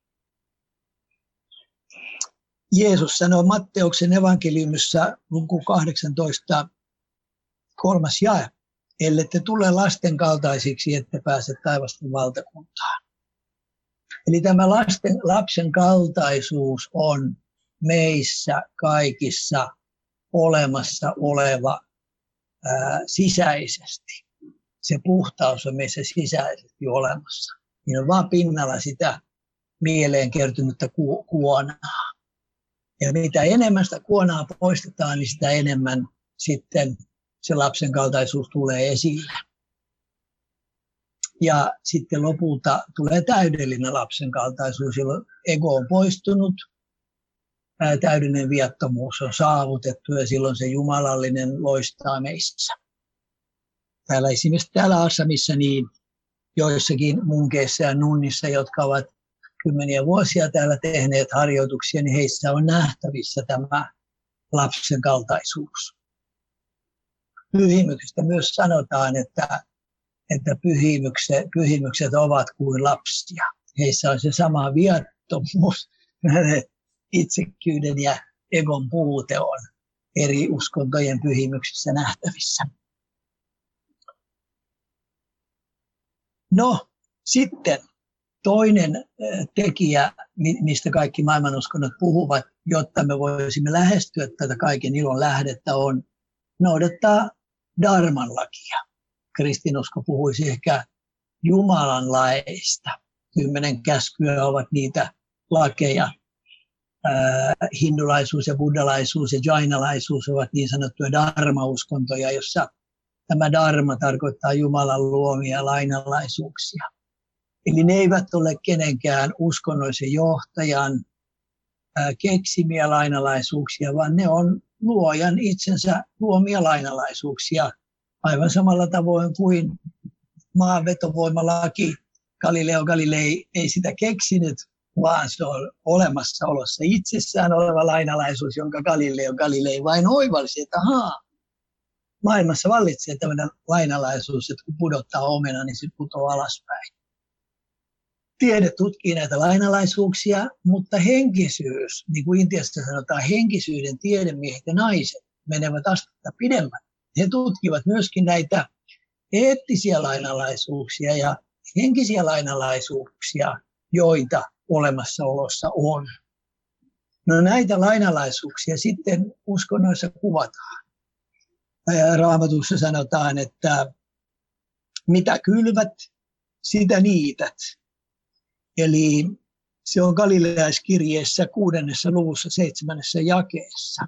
Jeesus sanoi Matteuksen evankeliumissa luku kahdeksantoista, kolmas jae, ellette tule lasten kaltaisiksi, ette pääse taivasten valtakuntaan. Eli tämä lasten, lapsen kaltaisuus on meissä kaikissa olemassa oleva ää, sisäisesti. Se puhtaus on meissä sisäisesti olemassa. Niin on vaan pinnalla sitä mieleen kertynyttä ku, kuonaa. Ja mitä enemmän sitä kuonaa poistetaan, niin sitä enemmän sitten se lapsen kaltaisuus tulee esille. Ja sitten lopulta tulee täydellinen lapsen kaltaisuus, jolloin ego on poistunut, täydellinen viattomuus on saavutettu ja silloin se jumalallinen loistaa meissä. Täällä esimerkiksi täällä Assamissa niin joissakin munkeissa ja nunnissa, jotka ovat kymmeniä vuosia täällä tehneet harjoituksia, niin heissä on nähtävissä tämä lapsen kaltaisuus. Pyhimyksistä myös sanotaan, että, että pyhimykset, pyhimykset ovat kuin lapsia. Heissä on se sama viattomuus, itsekkyyden ja egon puute on eri uskontojen pyhimyksissä nähtävissä. No, sitten toinen tekijä, mistä kaikki maailmanuskonnot puhuvat, jotta me voisimme lähestyä tätä kaiken ilon lähdettä, on noudattaa dharman lakia. Kristinusko puhuisi ehkä Jumalan laeista. Kymmenen käskyä ovat niitä lakeja. Hindulaisuus ja buddhalaisuus ja jainalaisuus ovat niin sanottuja dharma-uskontoja, jossa tämä dharma tarkoittaa Jumalan luomia lainalaisuuksia. Eli ne eivät ole kenenkään uskonnollisen johtajan ää, keksimiä lainalaisuuksia, vaan ne on luojan itsensä luomia lainalaisuuksia. Aivan samalla tavoin kuin maanvetovoimalaki. Galileo Galilei ei sitä keksinyt, vaan se on olemassaolossa itsessään oleva lainalaisuus, jonka Galileo Galilei vain oivalsi, että ahaa, maailmassa vallitsee tämmöinen lainalaisuus, että kun pudottaa omena, niin se putoaa alaspäin. Tiede tutkii näitä lainalaisuuksia, mutta henkisyys, niin kuin Intiassa sanotaan, henkisyyden tiedemiehet ja naiset menevät astetta pidemmän. He tutkivat myöskin näitä eettisiä lainalaisuuksia ja henkisiä lainalaisuuksia, joita olemassaolossa on. No näitä lainalaisuuksia sitten uskonnoissa kuvataan. Raamatussa sanotaan, että mitä kylvät, sitä niität. Eli se on Galileaiskirjeessä kuudennessa luvussa seitsemännessä jakeessa.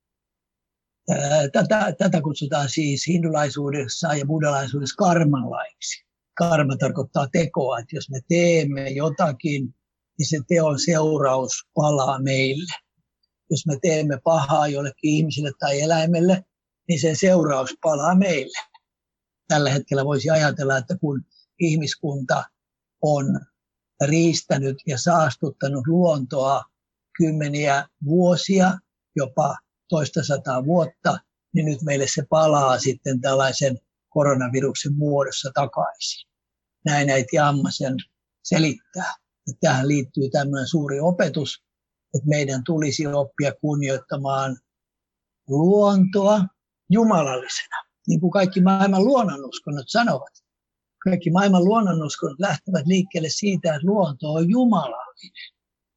Tätä, tätä kutsutaan siis hindulaisuudessa ja buddhalaisuudessa karmanlaiksi. Karma tarkoittaa tekoa, että jos me teemme jotakin, niin se teon seuraus palaa meille. Jos me teemme pahaa jollekin ihmiselle tai eläimelle, niin sen seuraus palaa meille. Tällä hetkellä voisi ajatella, että kun ihmiskunta on riistänyt ja saastuttanut luontoa kymmeniä vuosia, jopa toista sataa vuotta, niin nyt meille se palaa sitten tällaisen koronaviruksen muodossa takaisin. Näin äiti Amma sen selittää. Tähän liittyy tämmöinen suuri opetus, että meidän tulisi oppia kunnioittamaan luontoa jumalallisena, niin kuin kaikki maailman luonnonuskonnot sanovat. Kaikki maailman luonnonuskonnot lähtevät liikkeelle siitä, että luonto on jumalallinen.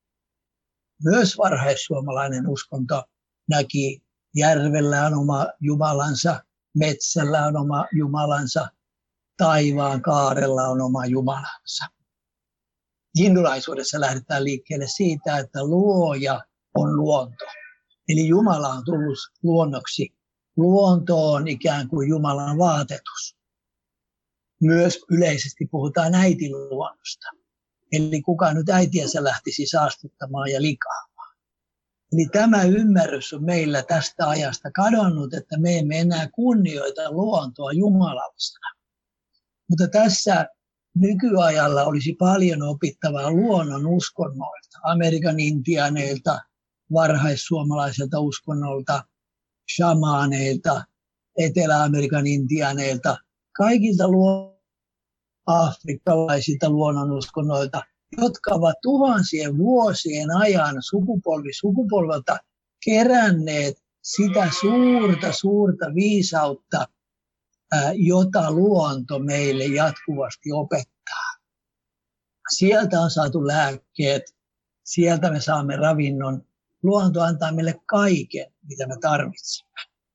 Myös varhaissuomalainen uskonto näki järvellä on oma jumalansa, metsällä on oma jumalansa, taivaan kaarella on oma jumalansa. Hindulaisuudessa lähdetään liikkeelle siitä, että luoja on luonto. Eli Jumala on tullut luonnoksi. Luonto on ikään kuin Jumalan vaatetus. Myös yleisesti puhutaan äitiluonnosta. Eli kuka nyt äitiänsä lähtisi saastuttamaan ja likaamaan. Eli tämä ymmärrys on meillä tästä ajasta kadonnut, että me emme enää kunnioita luontoa jumalallisena. Mutta tässä nykyajalla olisi paljon opittavaa luonnon uskonnoilta, Amerikan intiaaneilta, varhaissuomalaiselta uskonnolta, shamaaneilta, Etelä-Amerikan intiaaneilta, kaikilta luo- afrikkalaisilta luonnonuskonnoilta, jotka ovat tuhansien vuosien ajan sukupolvi sukupolvelta keränneet sitä suurta, suurta viisautta, jota luonto meille jatkuvasti opettaa. Sieltä on saatu lääkkeet, sieltä me saamme ravinnon. Luonto antaa meille kaiken, mitä me tarvitsemme.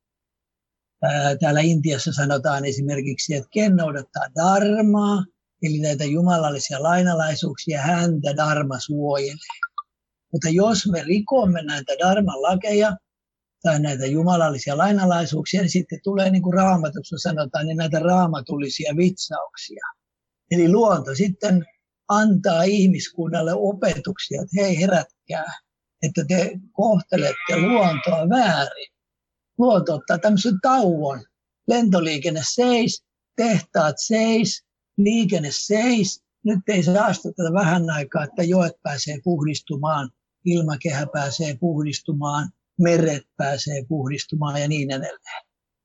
Täällä Intiassa sanotaan esimerkiksi, että ken noudattaa dharmaa, eli näitä jumalallisia lainalaisuuksia, häntä dharma suojelee. Mutta jos me rikomme näitä dharman lakeja tai näitä jumalallisia lainalaisuuksia, niin sitten tulee, niin kuin Raamatussa sanotaan, niin näitä raamatullisia vitsauksia. Eli luonto sitten antaa ihmiskunnalle opetuksia, että hei, herätkää, että te kohtelette luontoa väärin. Luonto ottaa tämmöisen tauon. Lentoliikenne seis, tehtaat seis, liikenne seis. Nyt ei saastuteta vähän aikaa, että joet pääsee puhdistumaan, ilmakehä pääsee puhdistumaan, meret pääsee puhdistumaan ja niin edelleen.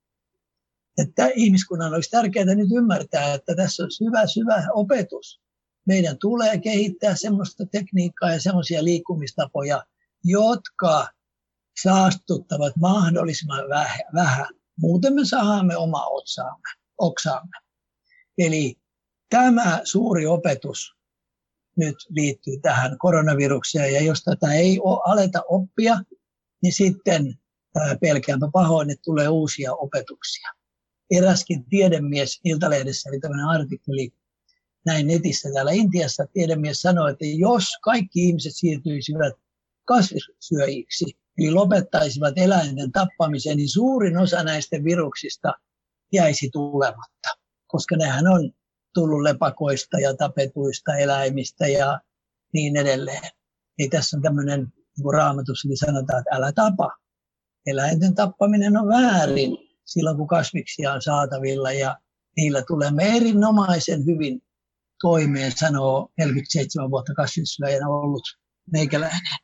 Että ihmiskunnan olisi tärkeää nyt ymmärtää, että tässä on syvä, syvä opetus. Meidän tulee kehittää semmoista tekniikkaa ja semmoisia liikkumistapoja, jotka saastuttavat mahdollisimman vähän. Muuten me saamme oma otsaamme, oksaamme. Eli tämä suuri opetus nyt liittyy tähän koronavirukseen, ja jos tätä ei aleta oppia, niin sitten pelkäänpä pahoin, että tulee uusia opetuksia. Eräskin tiedemies Iltalehdessä oli tämmöinen artikkeli näin netissä täällä Intiassa. Tiedemies sanoi, että jos kaikki ihmiset siirtyisivät kasvissyöjiksi, eli lopettaisivat eläinten tappamisen, niin suurin osa näistä viruksista jäisi tulematta, koska nehän on tullut lepakoista ja tapetuista eläimistä ja niin edelleen. Eli tässä on tämmöinen, niin kuin Raamatussakin sanotaan, että älä tapa. Eläinten tappaminen on väärin silloin, kun kasviksia on saatavilla ja niillä tulemme erinomaisen hyvin toimeen, sanoo neljäkymmentäseitsemän vuotta kasvissyöjänä ollut meikäläinen.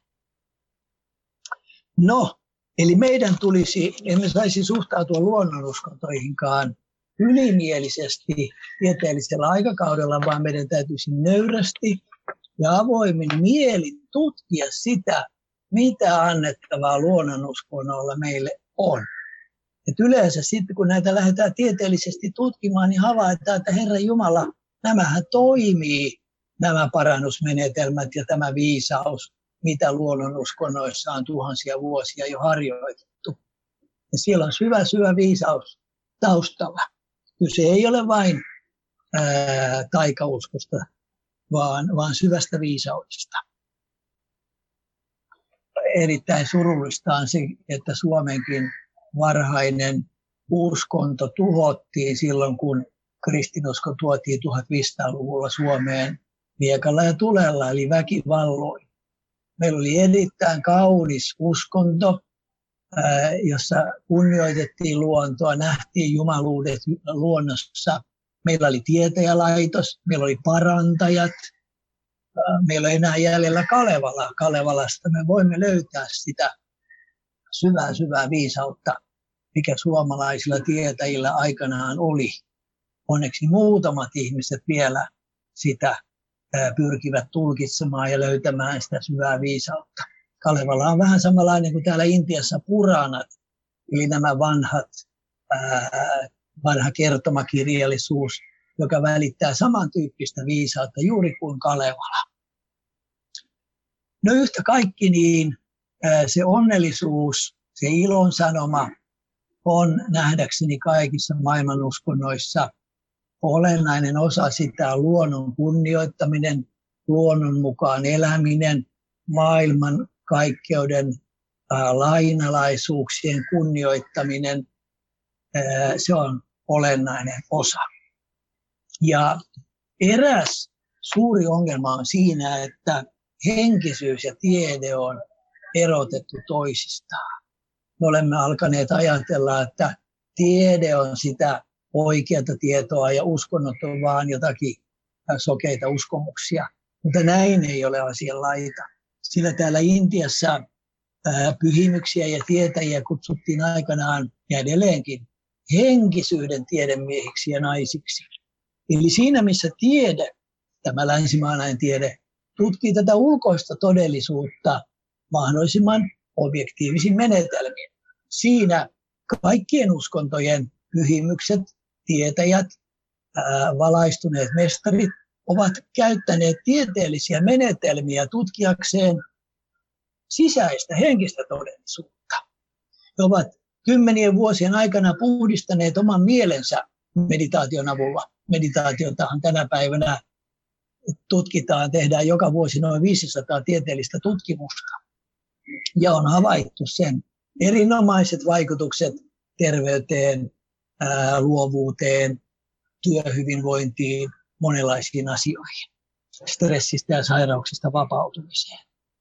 No, eli meidän tulisi, emme saisi suhtautua luonnonuskontoihinkaan ylimielisesti tieteellisellä aikakaudella, vaan meidän täytyisi nöyrästi ja avoimin mielin tutkia sitä, mitä annettavaa luonnonuskonnolla meille on. Et yleensä sitten, kun näitä lähdetään tieteellisesti tutkimaan, niin havaitaan, että Herran Jumala, nämähän toimii, nämä parannusmenetelmät ja tämä viisaus, mitä luonnonuskonnoissa on tuhansia vuosia jo harjoitettu. Ja siellä on syvä, syvä viisaus taustalla. Kyse ei ole vain ää, taikauskosta, vaan, vaan syvästä viisaudesta. Erittäin surullista on se, että Suomenkin varhainen uskonto tuhottiin silloin, kun kristinusko tuotiin tuhatviisisataaluvulla Suomeen miekalla ja tulella, eli väkivalloin. Meillä oli erittäin kaunis uskonto, jossa kunnioitettiin luontoa, nähtiin jumaluudet luonnossa. Meillä oli tietäjälaitos, meillä oli parantajat, meillä ei enää jäljellä Kalevala. Kalevalasta me voimme löytää sitä syvää, syvää viisautta, mikä suomalaisilla tietäjillä aikanaan oli. Onneksi muutamat ihmiset vielä sitä pyrkivät tulkitsemaan ja löytämään sitä syvää viisautta. Kalevala on vähän samanlainen kuin täällä Intiassa Puranat, eli nämä vanhat, ää, vanha kertomakirjallisuus, joka välittää samantyyppistä viisautta juuri kuin Kalevala. No yhtä kaikki niin ää, se onnellisuus, se ilon sanoma on nähdäkseni kaikissa maailmanuskonnoissa olennainen osa sitä luonnon kunnioittaminen, luonnon mukaan eläminen, maailman kaikkeuden ää, lainalaisuuksien kunnioittaminen, ää, se on olennainen osa. Ja eräs suuri ongelma on siinä, että henkisyys ja tiede on erotettu toisistaan. Me olemme alkaneet ajatella, että tiede on sitä oikeata tietoa ja uskonnot on vaan jotakin sokeita uskomuksia. Mutta näin ei ole asianlaita. Sillä täällä Intiassa pyhimyksiä ja tietäjiä kutsuttiin aikanaan ja edelleenkin henkisyyden tiedemiehiksi ja naisiksi. Eli siinä missä tiede, tämä länsimaalainen tiede, tutkii tätä ulkoista todellisuutta mahdollisimman objektiivisin menetelmin. Siinä kaikkien uskontojen pyhimykset, tietäjät, ää, valaistuneet mestarit ovat käyttäneet tieteellisiä menetelmiä tutkiakseen sisäistä henkistä todellisuutta. He ovat kymmenien vuosien aikana puhdistaneet oman mielensä meditaation avulla. Meditaatiotahan tänä päivänä tutkitaan, tehdään joka vuosi noin viisisataa tieteellistä tutkimusta. Ja on havaittu sen erinomaiset vaikutukset terveyteen, ää, luovuuteen, työhyvinvointiin, monenlaisiin asioihin, stressistä ja sairauksista vapautumiseen.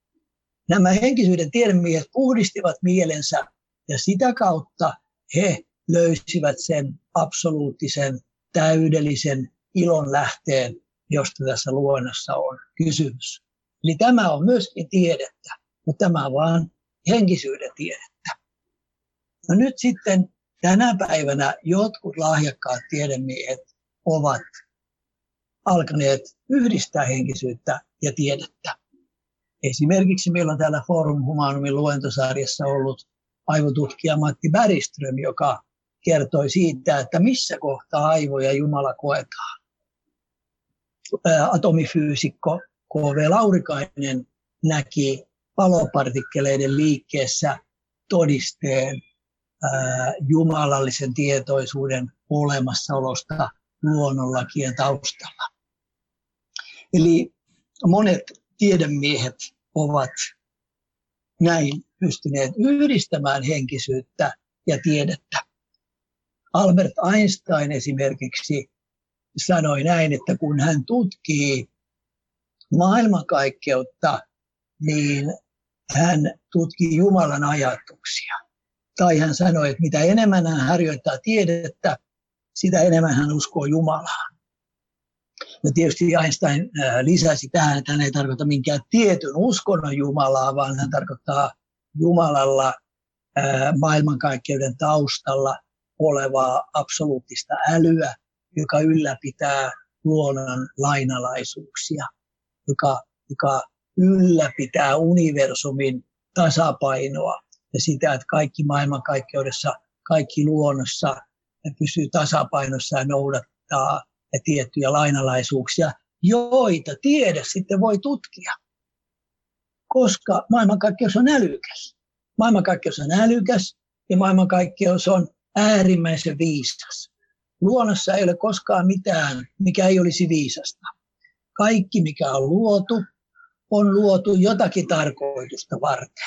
Nämä henkisyyden tiedemiehet puhdistivat mielensä ja sitä kautta he löysivät sen absoluuttisen, täydellisen ilon lähteen, josta tässä luonnossa on kysymys. Eli tämä on myöskin tiedettä, mutta tämä on vain henkisyyden tiedettä. No nyt sitten tänä päivänä jotkut lahjakkaat tiedemiehet ovat alkaneet yhdistää henkisyyttä ja tiedettä. Esimerkiksi meillä on täällä Forum Humanumin luentosarjassa ollut aivotutkija Matti Bergström, joka kertoi siitä, että missä kohtaa aivoja Jumala koetaan. Atomifyysikko K V Laurikainen näki palopartikkeleiden liikkeessä todisteen ää, jumalallisen tietoisuuden olemassaolosta luonnonlakien taustalla. Eli monet tiedemiehet ovat näin pystyneet yhdistämään henkisyyttä ja tiedettä. Albert Einstein esimerkiksi sanoi näin, että kun hän tutkii maailmankaikkeutta, niin hän tutkii Jumalan ajatuksia. Tai hän sanoi, että mitä enemmän hän harjoittaa tiedettä, sitä enemmän hän uskoo Jumalaan. Ja tietysti Einstein lisäsi tähän, että hän ei tarkoita minkään tietyn uskonnon Jumalaa, vaan hän tarkoittaa Jumalalla maailmankaikkeuden taustalla olevaa absoluuttista älyä, joka ylläpitää luonnon lainalaisuuksia, joka, joka ylläpitää universumin tasapainoa ja sitä, että kaikki maailmankaikkeudessa, kaikki luonnossa pysyy tasapainossa ja noudattaa tiettyjä lainalaisuuksia, joita tiede sitten voi tutkia, koska maailmankaikkeus on älykäs. Maailmankaikkeus on älykäs ja maailmankaikkeus on äärimmäisen viisas. Luonnossa ei ole koskaan mitään, mikä ei olisi viisasta. Kaikki, mikä on luotu, on luotu jotakin tarkoitusta varten.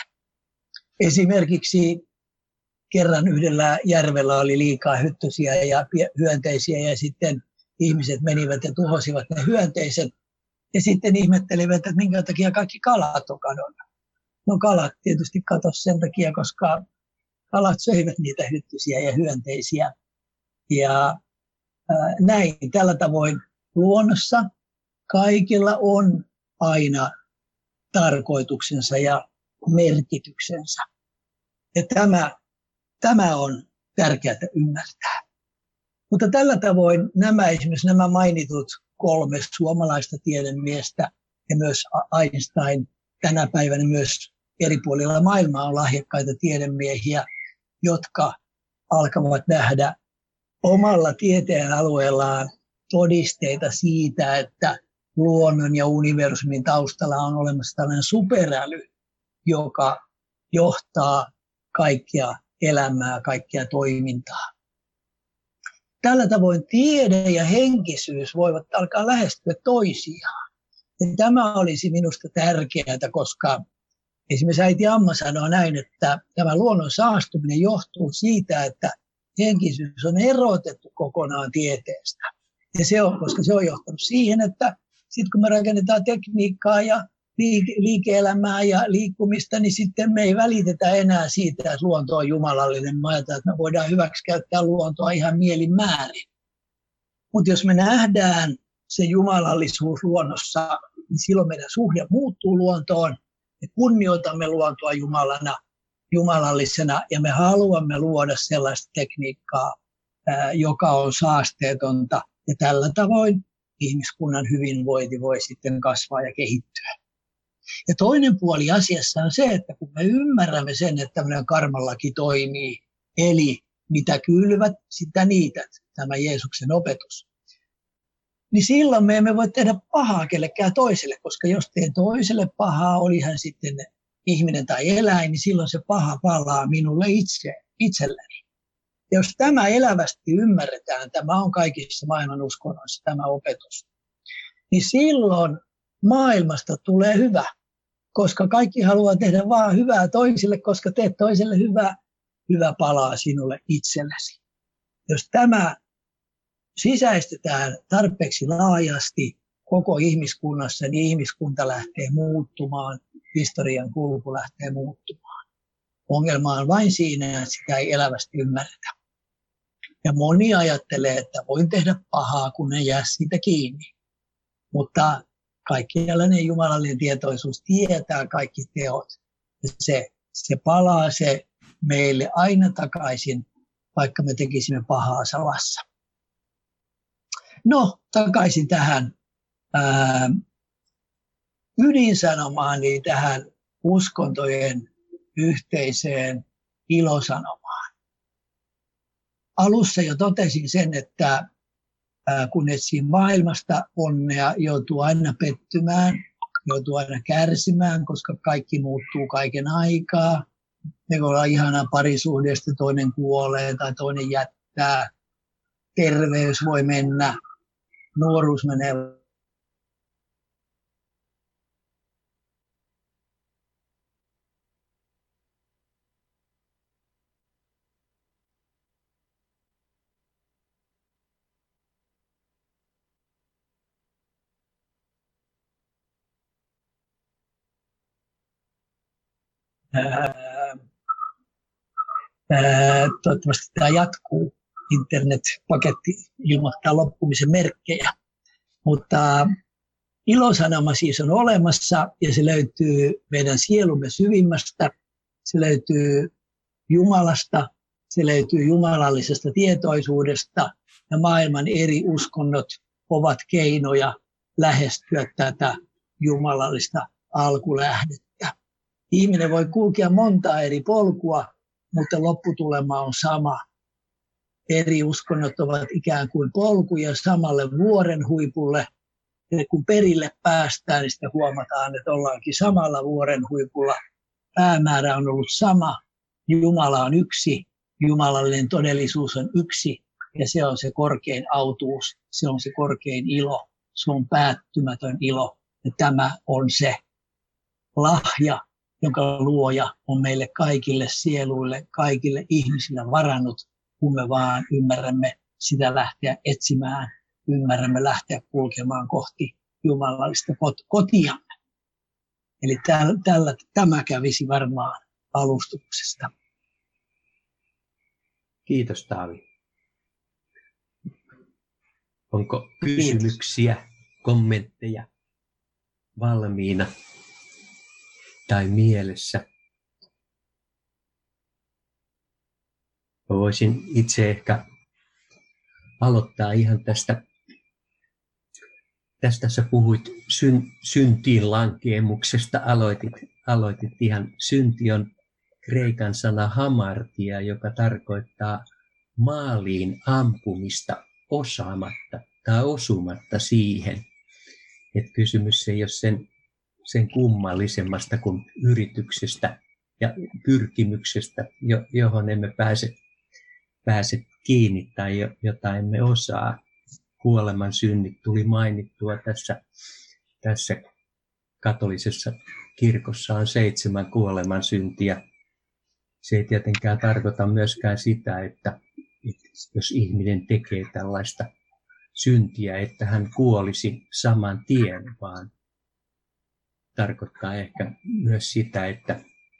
Esimerkiksi kerran yhdellä järvellä oli liikaa hyttysiä ja hyönteisiä ja sitten ihmiset menivät ja tuhosivat ne hyönteiset ja sitten ihmettelivät, että minkä takia kaikki kalat on kadonnut. No kalat tietysti katosi sen takia, koska kalat söivät niitä hyttysiä ja hyönteisiä. Ja ää, näin tällä tavoin luonnossa kaikilla on aina tarkoituksensa ja merkityksensä. Ja tämä, tämä on tärkeää ymmärtää. Mutta tällä tavoin nämä esimerkiksi nämä mainitut kolme suomalaista tiedemiestä ja myös Einstein tänä päivänä myös eri puolilla maailmaa on lahjakkaita tiedemiehiä, jotka alkavat nähdä omalla tieteen alueellaan todisteita siitä, että luonnon ja universumin taustalla on olemassa tällainen superäly, joka johtaa kaikkia elämää, kaikkia toimintaa. Tällä tavoin tiede ja henkisyys voivat alkaa lähestyä toisiaan. Ja tämä olisi minusta tärkeää, koska esimerkiksi äiti Amma sanoo näin, että tämä luonnon saastuminen johtuu siitä, että henkisyys on erotettu kokonaan tieteestä. Ja se on, koska se on johtanut siihen, että sitten kun me rakennetaan tekniikkaa ja liike-elämää ja liikkumista, niin sitten me ei välitetä enää siitä, että luonto on jumalallinen. Mä ajatellaan, että me voidaan hyväksikäyttää luontoa ihan mielin määrin. Mutta jos me nähdään se jumalallisuus luonnossa, niin silloin meidän suhde muuttuu luontoon. Me kunnioitamme luontoa Jumalana, jumalallisena ja me haluamme luoda sellaista tekniikkaa, ää, joka on saasteetonta. Ja tällä tavoin ihmiskunnan hyvinvointi voi sitten kasvaa ja kehittyä. Ja toinen puoli asiassa on se, että kun me ymmärrämme sen, että tämmöinen karmalaki toimii, eli mitä kylvät, sitä niität, tämä Jeesuksen opetus, niin silloin me emme voi tehdä pahaa kellekään toiselle, koska jos teen toiselle pahaa, oli hän sitten ihminen tai eläin, niin silloin se paha palaa minulle itse, itselleni. Ja jos tämä elävästi ymmärretään, tämä on kaikissa maailman uskonnoissa tämä opetus, niin silloin maailmasta tulee hyvä, koska kaikki haluaa tehdä vaan hyvää toisille, koska teet toiselle hyvää, hyvä palaa sinulle itsellesi. Jos tämä sisäistetään tarpeeksi laajasti koko ihmiskunnassa, niin ihmiskunta lähtee muuttumaan, historian kulku lähtee muuttumaan. Ongelma on vain siinä, että sitä ei elävästi ymmärretä. Ja moni ajattelee, että voin tehdä pahaa, kun en jää siitä kiinni. Mutta kaikkialainen jumalallinen tietoisuus tietää kaikki teot. Se, se palaa se meille aina takaisin, vaikka me tekisimme pahaa salassa. No, takaisin tähän ää, ydinsanomaan, niin tähän uskontojen yhteiseen ilosanomaan. Alussa jo totesin sen, että ää, kun etsii maailmasta onnea, joutuu aina pettymään, joutuu aina kärsimään, koska kaikki muuttuu kaiken aikaa. Me voi olla ihanaa parisuhdesta, toinen kuolee tai toinen jättää. Terveys voi mennä, nuoruus menee. ää, ää, toivottavasti tämä jatkuu. Internet-paketti ilmoittaa loppumisen merkkejä. Mutta ilosanoma siis on olemassa ja se löytyy meidän sielumme syvimmästä. Se löytyy Jumalasta, se löytyy jumalallisesta tietoisuudesta ja maailman eri uskonnot ovat keinoja lähestyä tätä jumalallista alkulähdettä. Ihminen voi kulkea montaa eri polkua, mutta lopputulema on sama. Eri uskonnot ovat ikään kuin polkuja samalle vuoren huipulle. Ja kun perille päästään, niin sitten huomataan, että ollaankin samalla vuoren huipulla. Päämäärä on ollut sama. Jumala on yksi. Jumalallinen todellisuus on yksi. Ja se on se korkein autuus. Se on se korkein ilo. Se on päättymätön ilo. Ja tämä on se lahja, jonka luoja on meille kaikille sieluille, kaikille ihmisille varannut, kun me vaan ymmärrämme sitä lähteä etsimään, ymmärrämme lähteä kulkemaan kohti jumalallista kotiamme. Eli tällä, tällä, tämä kävisi varmaan alustuksesta. Kiitos, Taavi. Onko kysymyksiä, Kiitos. Kommentteja valmiina tai mielessä? Voisin itse ehkä aloittaa ihan tästä. Tästä sä puhuit syn, syntiin lankeemuksesta, aloitit, aloitit ihan. Synti on kreikan sana hamartia, joka tarkoittaa maaliin ampumista osaamatta tai osumatta siihen. Et kysymys ei ole sen, sen kummallisemmasta kuin yrityksestä ja pyrkimyksestä, johon emme pääse, pääse kiinni tai jota emme osaa. Kuoleman synnit tuli mainittua tässä, tässä katolisessa kirkossa on seitsemän kuoleman syntiä. Se ei tietenkään tarkoita myöskään sitä, että, että jos ihminen tekee tällaista syntiä, että hän kuolisi saman tien, vaan tarkoittaa ehkä myös sitä, että,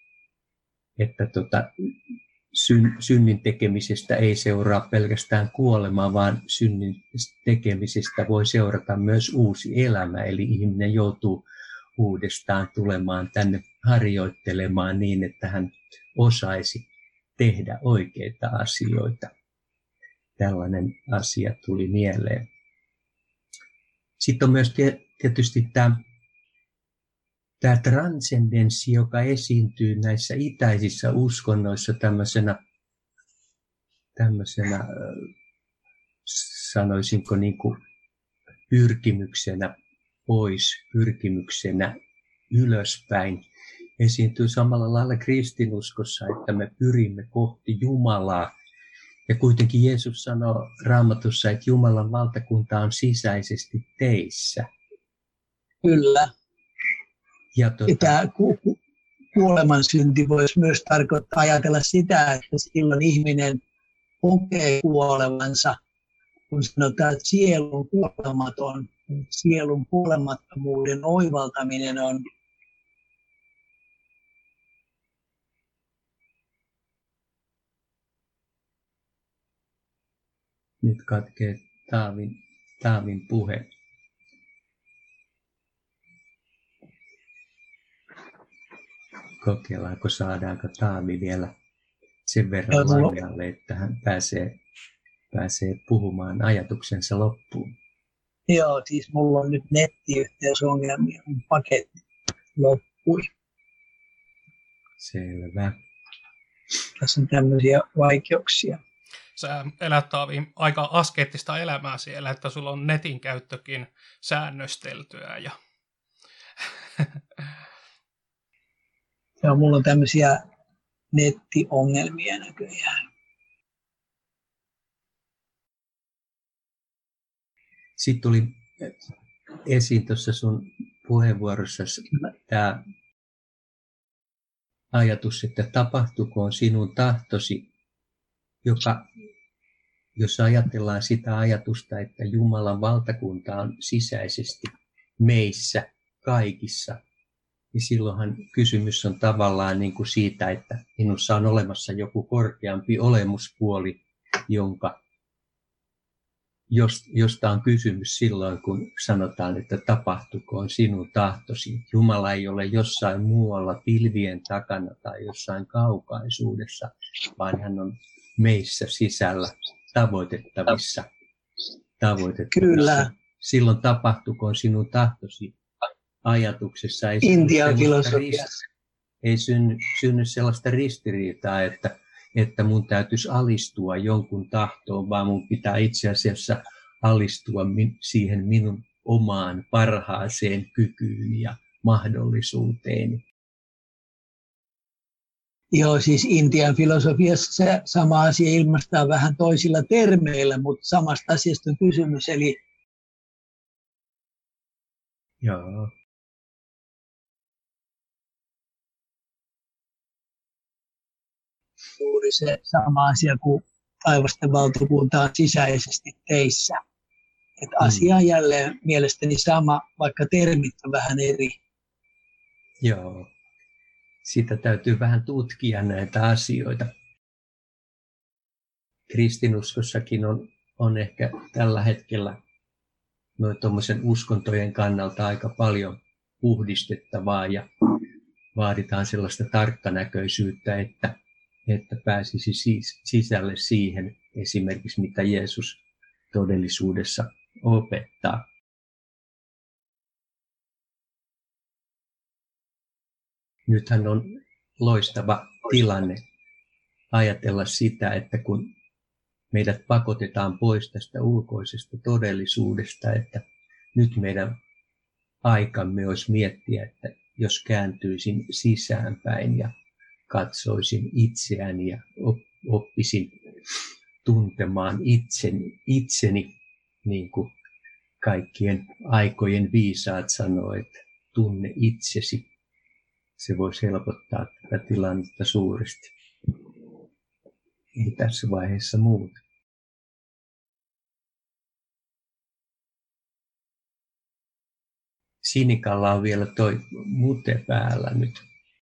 että tota, syn, synnin tekemisestä ei seuraa pelkästään kuolema, vaan synnin tekemisestä voi seurata myös uusi elämä, eli ihminen joutuu uudestaan tulemaan tänne harjoittelemaan niin, että hän osaisi tehdä oikeita asioita. Tällainen asia tuli mieleen. Sitten on myös tietysti tämä, tämä transcendenssi, joka esiintyy näissä itäisissä uskonnoissa tämmöisenä, tämmöisenä sanoisinko niin kuin pyrkimyksenä pois, pyrkimyksenä ylöspäin. Esiintyy samalla lailla kristinuskossa, että me pyrimme kohti Jumalaa. Ja kuitenkin Jeesus sanoo Raamatussa, että Jumalan valtakunta on sisäisesti teissä. Kyllä. Ja tuota, tämä ku- ku- kuolemansynti voisi myös tarkoittaa ajatella sitä, että silloin ihminen kokee kuolevansa, kun sanotaan, että sielu on kuolematon. Sielun kuolemattomuuden oivaltaminen on nyt katkee Taavin, Taavin puhe. Kokeillaanko, saadaanko Taavi vielä sen verran lainalle, että hän pääsee, pääsee puhumaan ajatuksensa loppuun. Joo, siis mulla on nyt nettiyhteysongelmia, mun paketti loppui. Selvä. Tässä on tämmöisiä vaikeuksia. Sä elät, Taavi, aika askeettista elämää siellä, että sulla on netin käyttökin säännösteltyä. Ja... Joo, mulla on tämmöisiä nettiongelmia näköjään. Sitten tuli esiin tuossa sun puheenvuorossa tämä ajatus, että tapahtukoon sinun tahtosi, joka, jos ajatellaan sitä ajatusta, että Jumalan valtakunta on sisäisesti meissä kaikissa, niin silloinhan kysymys on tavallaan niin kuin siitä, että minussa on olemassa joku korkeampi olemuspuoli, jonka, josta on kysymys silloin, kun sanotaan, että tapahtukoon sinun tahtosi. Jumala ei ole jossain muualla pilvien takana tai jossain kaukaisuudessa, vaan hän on meissä sisällä tavoitettavissa. tavoitettavissa. Kyllä. Silloin tapahtukoon sinun tahtosi ajatuksessa. Ei Intian filosofiassa. Ei synny, synny sellaista ristiriitaa, että, että mun täytyisi alistua jonkun tahtoon, vaan mun pitää itse asiassa alistua min, siihen minun omaan parhaaseen kykyyn ja mahdollisuuteeni. Joo, siis Intian filosofiassa se sama asia ilmaistaan vähän toisilla termeillä, mutta samasta asiasta on kysymys, eli Joo. juuri se sama asia kuin taivasten valtakunta on sisäisesti teissä. Että asia on jälleen mielestäni sama, vaikka termit on vähän eri. Joo. Sitä täytyy vähän tutkia näitä asioita. Kristinuskossakin on, on ehkä tällä hetkellä noin tuommoisen uskontojen kannalta aika paljon puhdistettavaa ja vaaditaan sellaista tarkkanäköisyyttä, että, että pääsisi siis sisälle siihen esimerkiksi, mitä Jeesus todellisuudessa opettaa. Nythän on loistava tilanne ajatella sitä, että kun meidät pakotetaan pois tästä ulkoisesta todellisuudesta, että nyt meidän aikamme olisi miettiä, että jos kääntyisin sisäänpäin ja katsoisin itseäni ja oppisin tuntemaan itseni, itseni niin kuin kaikkien aikojen viisaat sanoo, että tunne itsesi. Se voisi helpottaa tätä tilannetta suuresti. Ei tässä vaiheessa muuta. Sinikalla on vielä toi mute päällä nyt.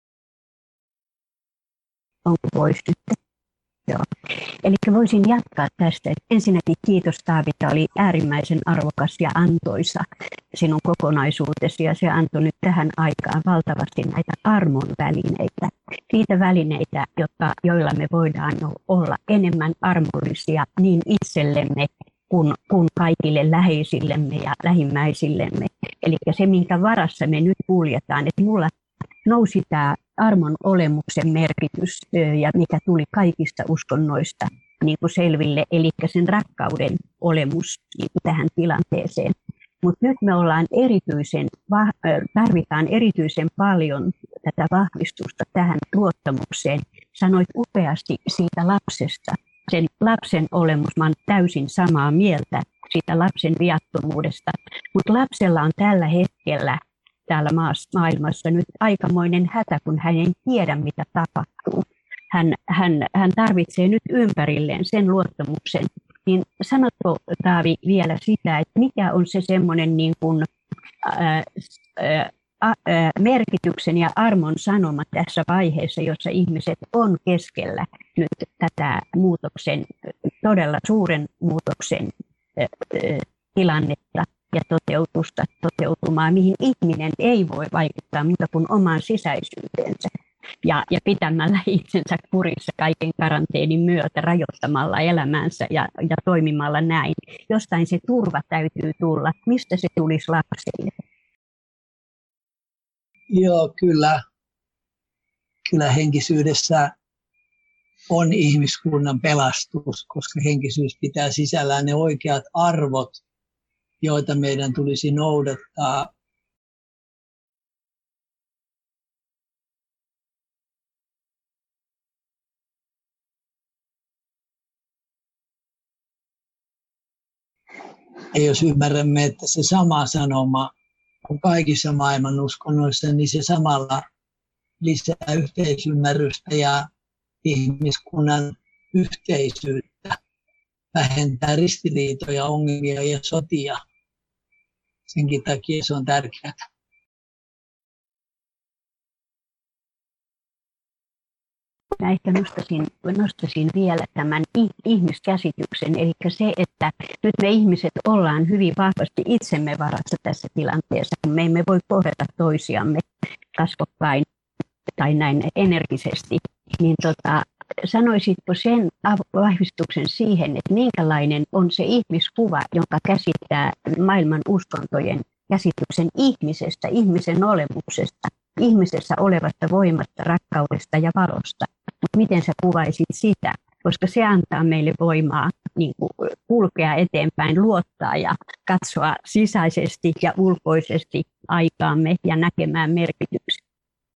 Onko pois nyt? Joo. Eli voisin jatkaa tästä. Ensinnäkin kiitos Taavita, oli äärimmäisen arvokas ja antoisa sinun kokonaisuutesi ja se antoi nyt tähän aikaan valtavasti näitä armon välineitä. Niitä välineitä, jotta, joilla me voidaan olla enemmän armollisia niin itsellemme kuin, kuin kaikille läheisillemme ja lähimmäisillemme. Eli se, minkä varassa me nyt kuljetaan, että mulla nousi tämä armon olemuksen merkitys, ja mikä tuli kaikista uskonnoista niin kuin selville, eli sen rakkauden olemus niin kuin tähän tilanteeseen. Mutta nyt me ollaan erityisen, tarvitaan erityisen paljon tätä vahvistusta tähän luottamukseen. Sanoit upeasti siitä lapsesta, sen lapsen olemus, mä olen täysin samaa mieltä siitä lapsen viattomuudesta, mutta lapsella on tällä hetkellä täällä maailmassa nyt aikamoinen hätä, kun hän ei tiedä, mitä tapahtuu. Hän, hän, hän tarvitsee nyt ympärilleen sen luottamuksen. Niin sanotko, Taavi, vielä sitä, että mikä on se semmoinen niin kuin, ää, ää, ää, merkityksen ja armon sanoma tässä vaiheessa, jossa ihmiset on keskellä nyt tätä muutoksen, todella suuren muutoksen ää, tilannetta ja toteutusta toteutumaan, mihin ihminen ei voi vaikuttaa muuta kuin omaan sisäisyyteensä. Ja, ja pitämällä itsensä kurissa kaiken karanteenin myötä, rajoittamalla elämäänsä ja, ja toimimalla näin. Jostain se turva täytyy tulla. Mistä se tulisi lapsille? Joo, kyllä. Kyllä henkisyydessä on ihmiskunnan pelastus, koska henkisyys pitää sisällään ne oikeat arvot, joita meidän tulisi noudattaa. Ja jos ymmärrämme, että se sama sanoma on kaikissa maailman uskonnoissa, niin se samalla lisää yhteisymmärrystä ja ihmiskunnan yhteisyyttä, vähentää ristiriitoja, ongelmia ja sotia. Senkin takia se on tärkeää. mä ehkä nostaisin, nostaisin vielä tämän ihmiskäsityksen, eli se, että nyt me ihmiset ollaan hyvin vahvasti itsemme varassa tässä tilanteessa, kun me emme voi kohdata toisiamme kasvokkain tai näin energisesti, niin tota, sanoisitko sen vahvistuksen siihen, että minkälainen on se ihmiskuva, jonka käsittää maailman uskontojen käsityksen ihmisestä, ihmisen olemuksesta, ihmisessä olevasta voimasta, rakkaudesta ja valosta. Mutta miten sä kuvaisit sitä? Koska se antaa meille voimaa niin kuin kulkea eteenpäin, luottaa ja katsoa sisäisesti ja ulkoisesti aikaamme ja näkemään merkityksen.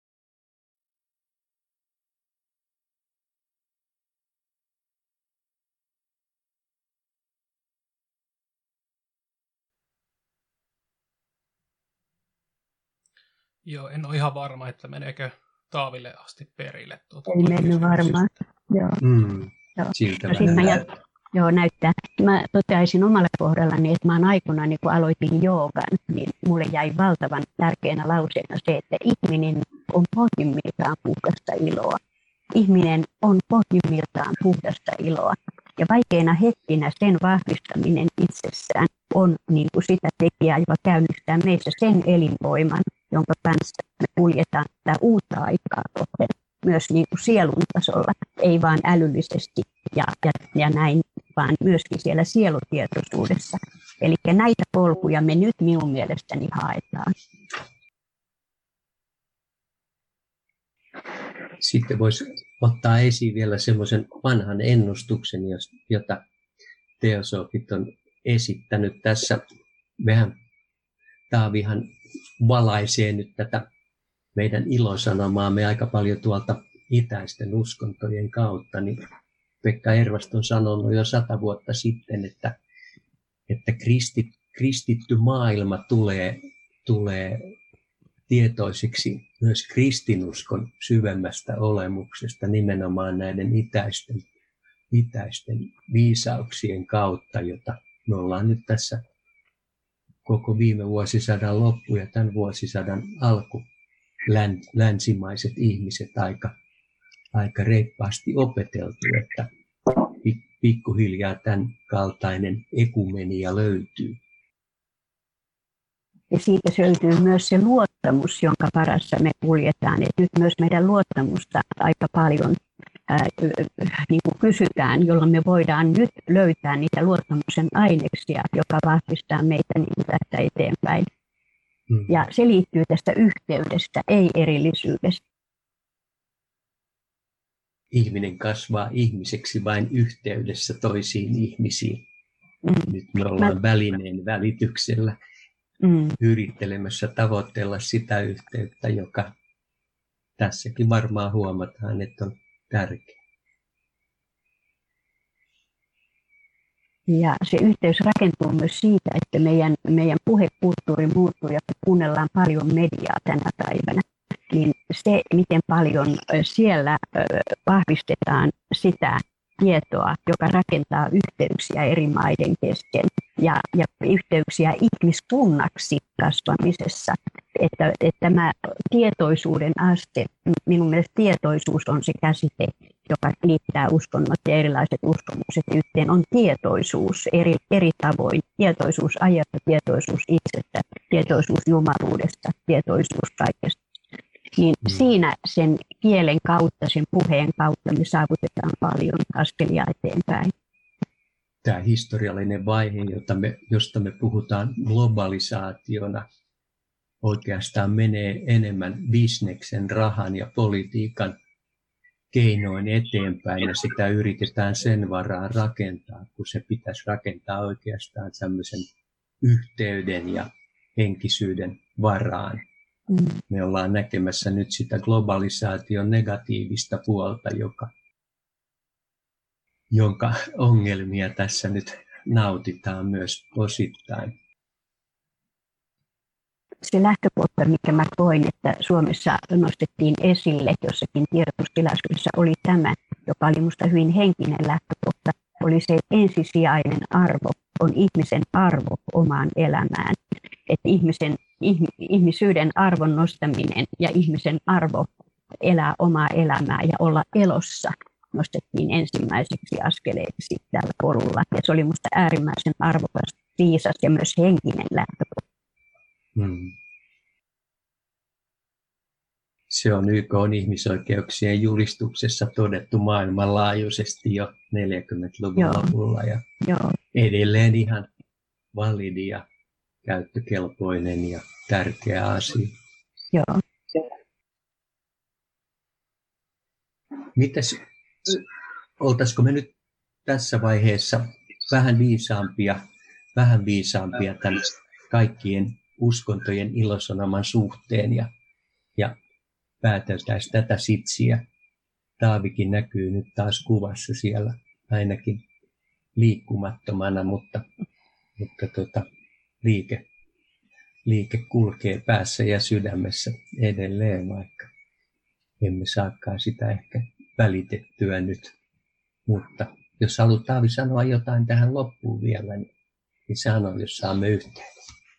Joo, en ole ihan varma, että meneekö Taaville asti perille. Tuota Ei mennyt varmaan. Joo. Mm, Joo. siltä No, sit mä vähän. jat- Joo, näyttää. Mä toteaisin omalla kohdallani, että mä oon aikoinaan, niin kun aloitin joogan, niin mulle jäi valtavan tärkeänä lauseena se, että ihminen on pohjimmiltaan puhdasta iloa. Ihminen on pohjimmiltaan puhdasta iloa. Ja vaikeina hetkinä sen vahvistaminen itsessään on niin kuin sitä tekijää, joka käynnistää meissä sen elinvoiman, jonka kanssa me kuljetaan tätä uutta aikaa kohden. Myös niin kuin sielun tasolla, ei vain älyllisesti ja, ja, ja näin, vaan myöskin siellä sielutietoisuudessa. Eli näitä polkuja me nyt minun mielestäni haetaan. Sitten voisi ottaa esiin vielä semmoisen vanhan ennustuksen, jota teosofit on esittänyt tässä. Mehän Taavihan valaisee nyt tätä meidän ilosanomaamme aika paljon tuolta itäisten uskontojen kautta, niin Pekka Ervast on sanonut jo sata vuotta sitten, että, että kristit, kristitty maailma tulee, tulee tietoisiksi myös kristinuskon syvemmästä olemuksesta nimenomaan näiden itäisten, itäisten viisauksien kautta, jota me ollaan nyt tässä koko viime vuosisadan loppu ja tämän vuosisadan alku länsimaiset ihmiset aika, aika reippaasti opeteltu, että pikkuhiljaa tämän kaltainen ekumenia löytyy. Ja siitä löytyy myös se luottamus, jonka varassa me kuljetaan. Et nyt myös meidän luottamusta aika paljon ää, niin kuin kysytään, jolloin me voidaan nyt löytää niitä luottamuksen aineksia, joka vahvistaa meitä niin kuin tästä eteenpäin. Hmm. Ja se liittyy tästä yhteydestä, ei erillisyydestä. Ihminen kasvaa ihmiseksi vain yhteydessä toisiin ihmisiin. Hmm. Nyt me ollaan Mä... välineen välityksellä. Mm. yrittelemässä tavoitella sitä yhteyttä, joka tässäkin varmaan huomataan, että on tärkeä. Ja se yhteys rakentuu myös siitä, että meidän, meidän puhekulttuuri muuttuu ja kuunnellaan paljon mediaa tänä päivänä. Niin se, miten paljon siellä vahvistetaan sitä tietoa, joka rakentaa yhteyksiä eri maiden kesken ja, ja yhteyksiä ihmiskunnaksi kasvamisessa. Että, että tämä tietoisuuden aste, minun mielestä tietoisuus on se käsite, joka liittää uskonnot ja erilaiset uskomukset yhteen, on tietoisuus eri, eri tavoin. Tietoisuus ajasta, tietoisuus itsestä, tietoisuus jumaluudesta, tietoisuus kaikesta. Niin hmm. siinä sen kielen kautta, sen puheen kautta me saavutetaan paljon askelia eteenpäin. Tämä historiallinen vaihe, jota me, josta me puhutaan globalisaationa, oikeastaan menee enemmän bisneksen, rahan ja politiikan keinoin eteenpäin, ja sitä yritetään sen varaan rakentaa, kun se pitäisi rakentaa oikeastaan tämmöisen yhteyden ja henkisyyden varaan. Me ollaan näkemässä nyt sitä globalisaation negatiivista puolta, joka, jonka ongelmia tässä nyt nautitaan myös osittain. Se lähtökohta, mikä mä koin, että Suomessa nostettiin esille jossakin tiedotustilaisuudessa, oli tämä, joka oli minusta hyvin henkinen lähtökohta, oli se ensisijainen arvo, on ihmisen arvo omaan elämään. Että ihmisen, ihmisyyden arvon nostaminen ja ihmisen arvo elää omaa elämää ja olla elossa nostettiin ensimmäiseksi askeleeksi tällä polulla. Ja se oli minusta äärimmäisen arvokas, viisas ja myös henkinen lähtökohta. Hmm. Se on Y K:n ihmisoikeuksien julistuksessa todettu maailmanlaajuisesti jo neljäkymmentäluvun Joo. lopulla ja Joo. edelleen ihan validi ja käyttökelpoinen ja tärkeä asia. Joo. Mites, oltaisiko me nyt tässä vaiheessa vähän viisaampia, vähän viisaampia tämän kaikkien uskontojen ilosanoman suhteen ja, ja pääteltäisiin tätä sitsiä. Taavikin näkyy nyt taas kuvassa siellä ainakin liikkumattomana, mutta, mutta tota, liike, liike kulkee päässä ja sydämessä edelleen, vaikka emme saakaan sitä ehkä välitettyä nyt. Mutta jos haluat Taavi sanoa jotain tähän loppuun vielä, niin, niin sano, jos saamme yhteen.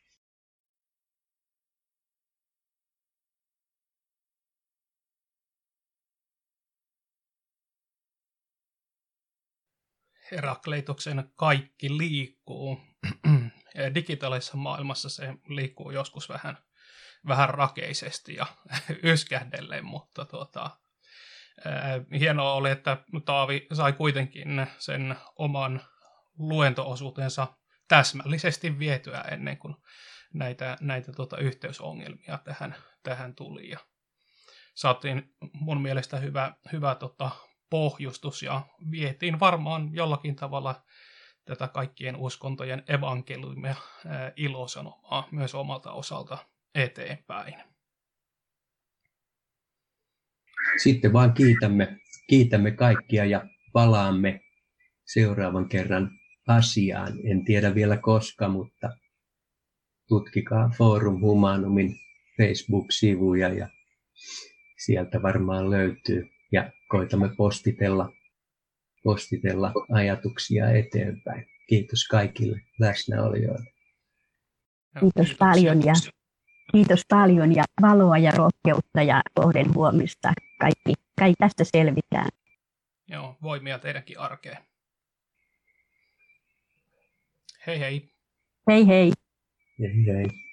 Herakleitoksen kaikki liikkuu. Digitaalisessa maailmassa se liikkuu joskus vähän, vähän rakeisesti ja yskähdellen, mutta tuota, hienoa oli, että Taavi sai kuitenkin sen oman luento-osuutensa täsmällisesti vietyä ennen kuin näitä, näitä tuota, yhteysongelmia tähän, tähän tuli. Ja saatiin mun mielestä hyvä, hyvä tota, pohjustus ja vietiin varmaan jollakin tavalla tätä kaikkien uskontojen evankeliumia, ilosanomaa myös omalta osalta eteenpäin. Sitten vaan kiitämme, kiitämme kaikkia ja palaamme seuraavan kerran asiaan. En tiedä vielä koska, mutta tutkikaa Forum Humanumin Facebook-sivuja ja sieltä varmaan löytyy. Ja koitamme postitella, postitella ajatuksia eteenpäin. Kiitos kaikille läsnäolijoille. Kiitos paljon ja kiitos paljon ja valoa ja rohkeutta ja kohden huomista. Kaikki, kaikki tästä selvitään. Joo, voimia teidänkin arkeen. Hei hei. Hei hei. Hei hei.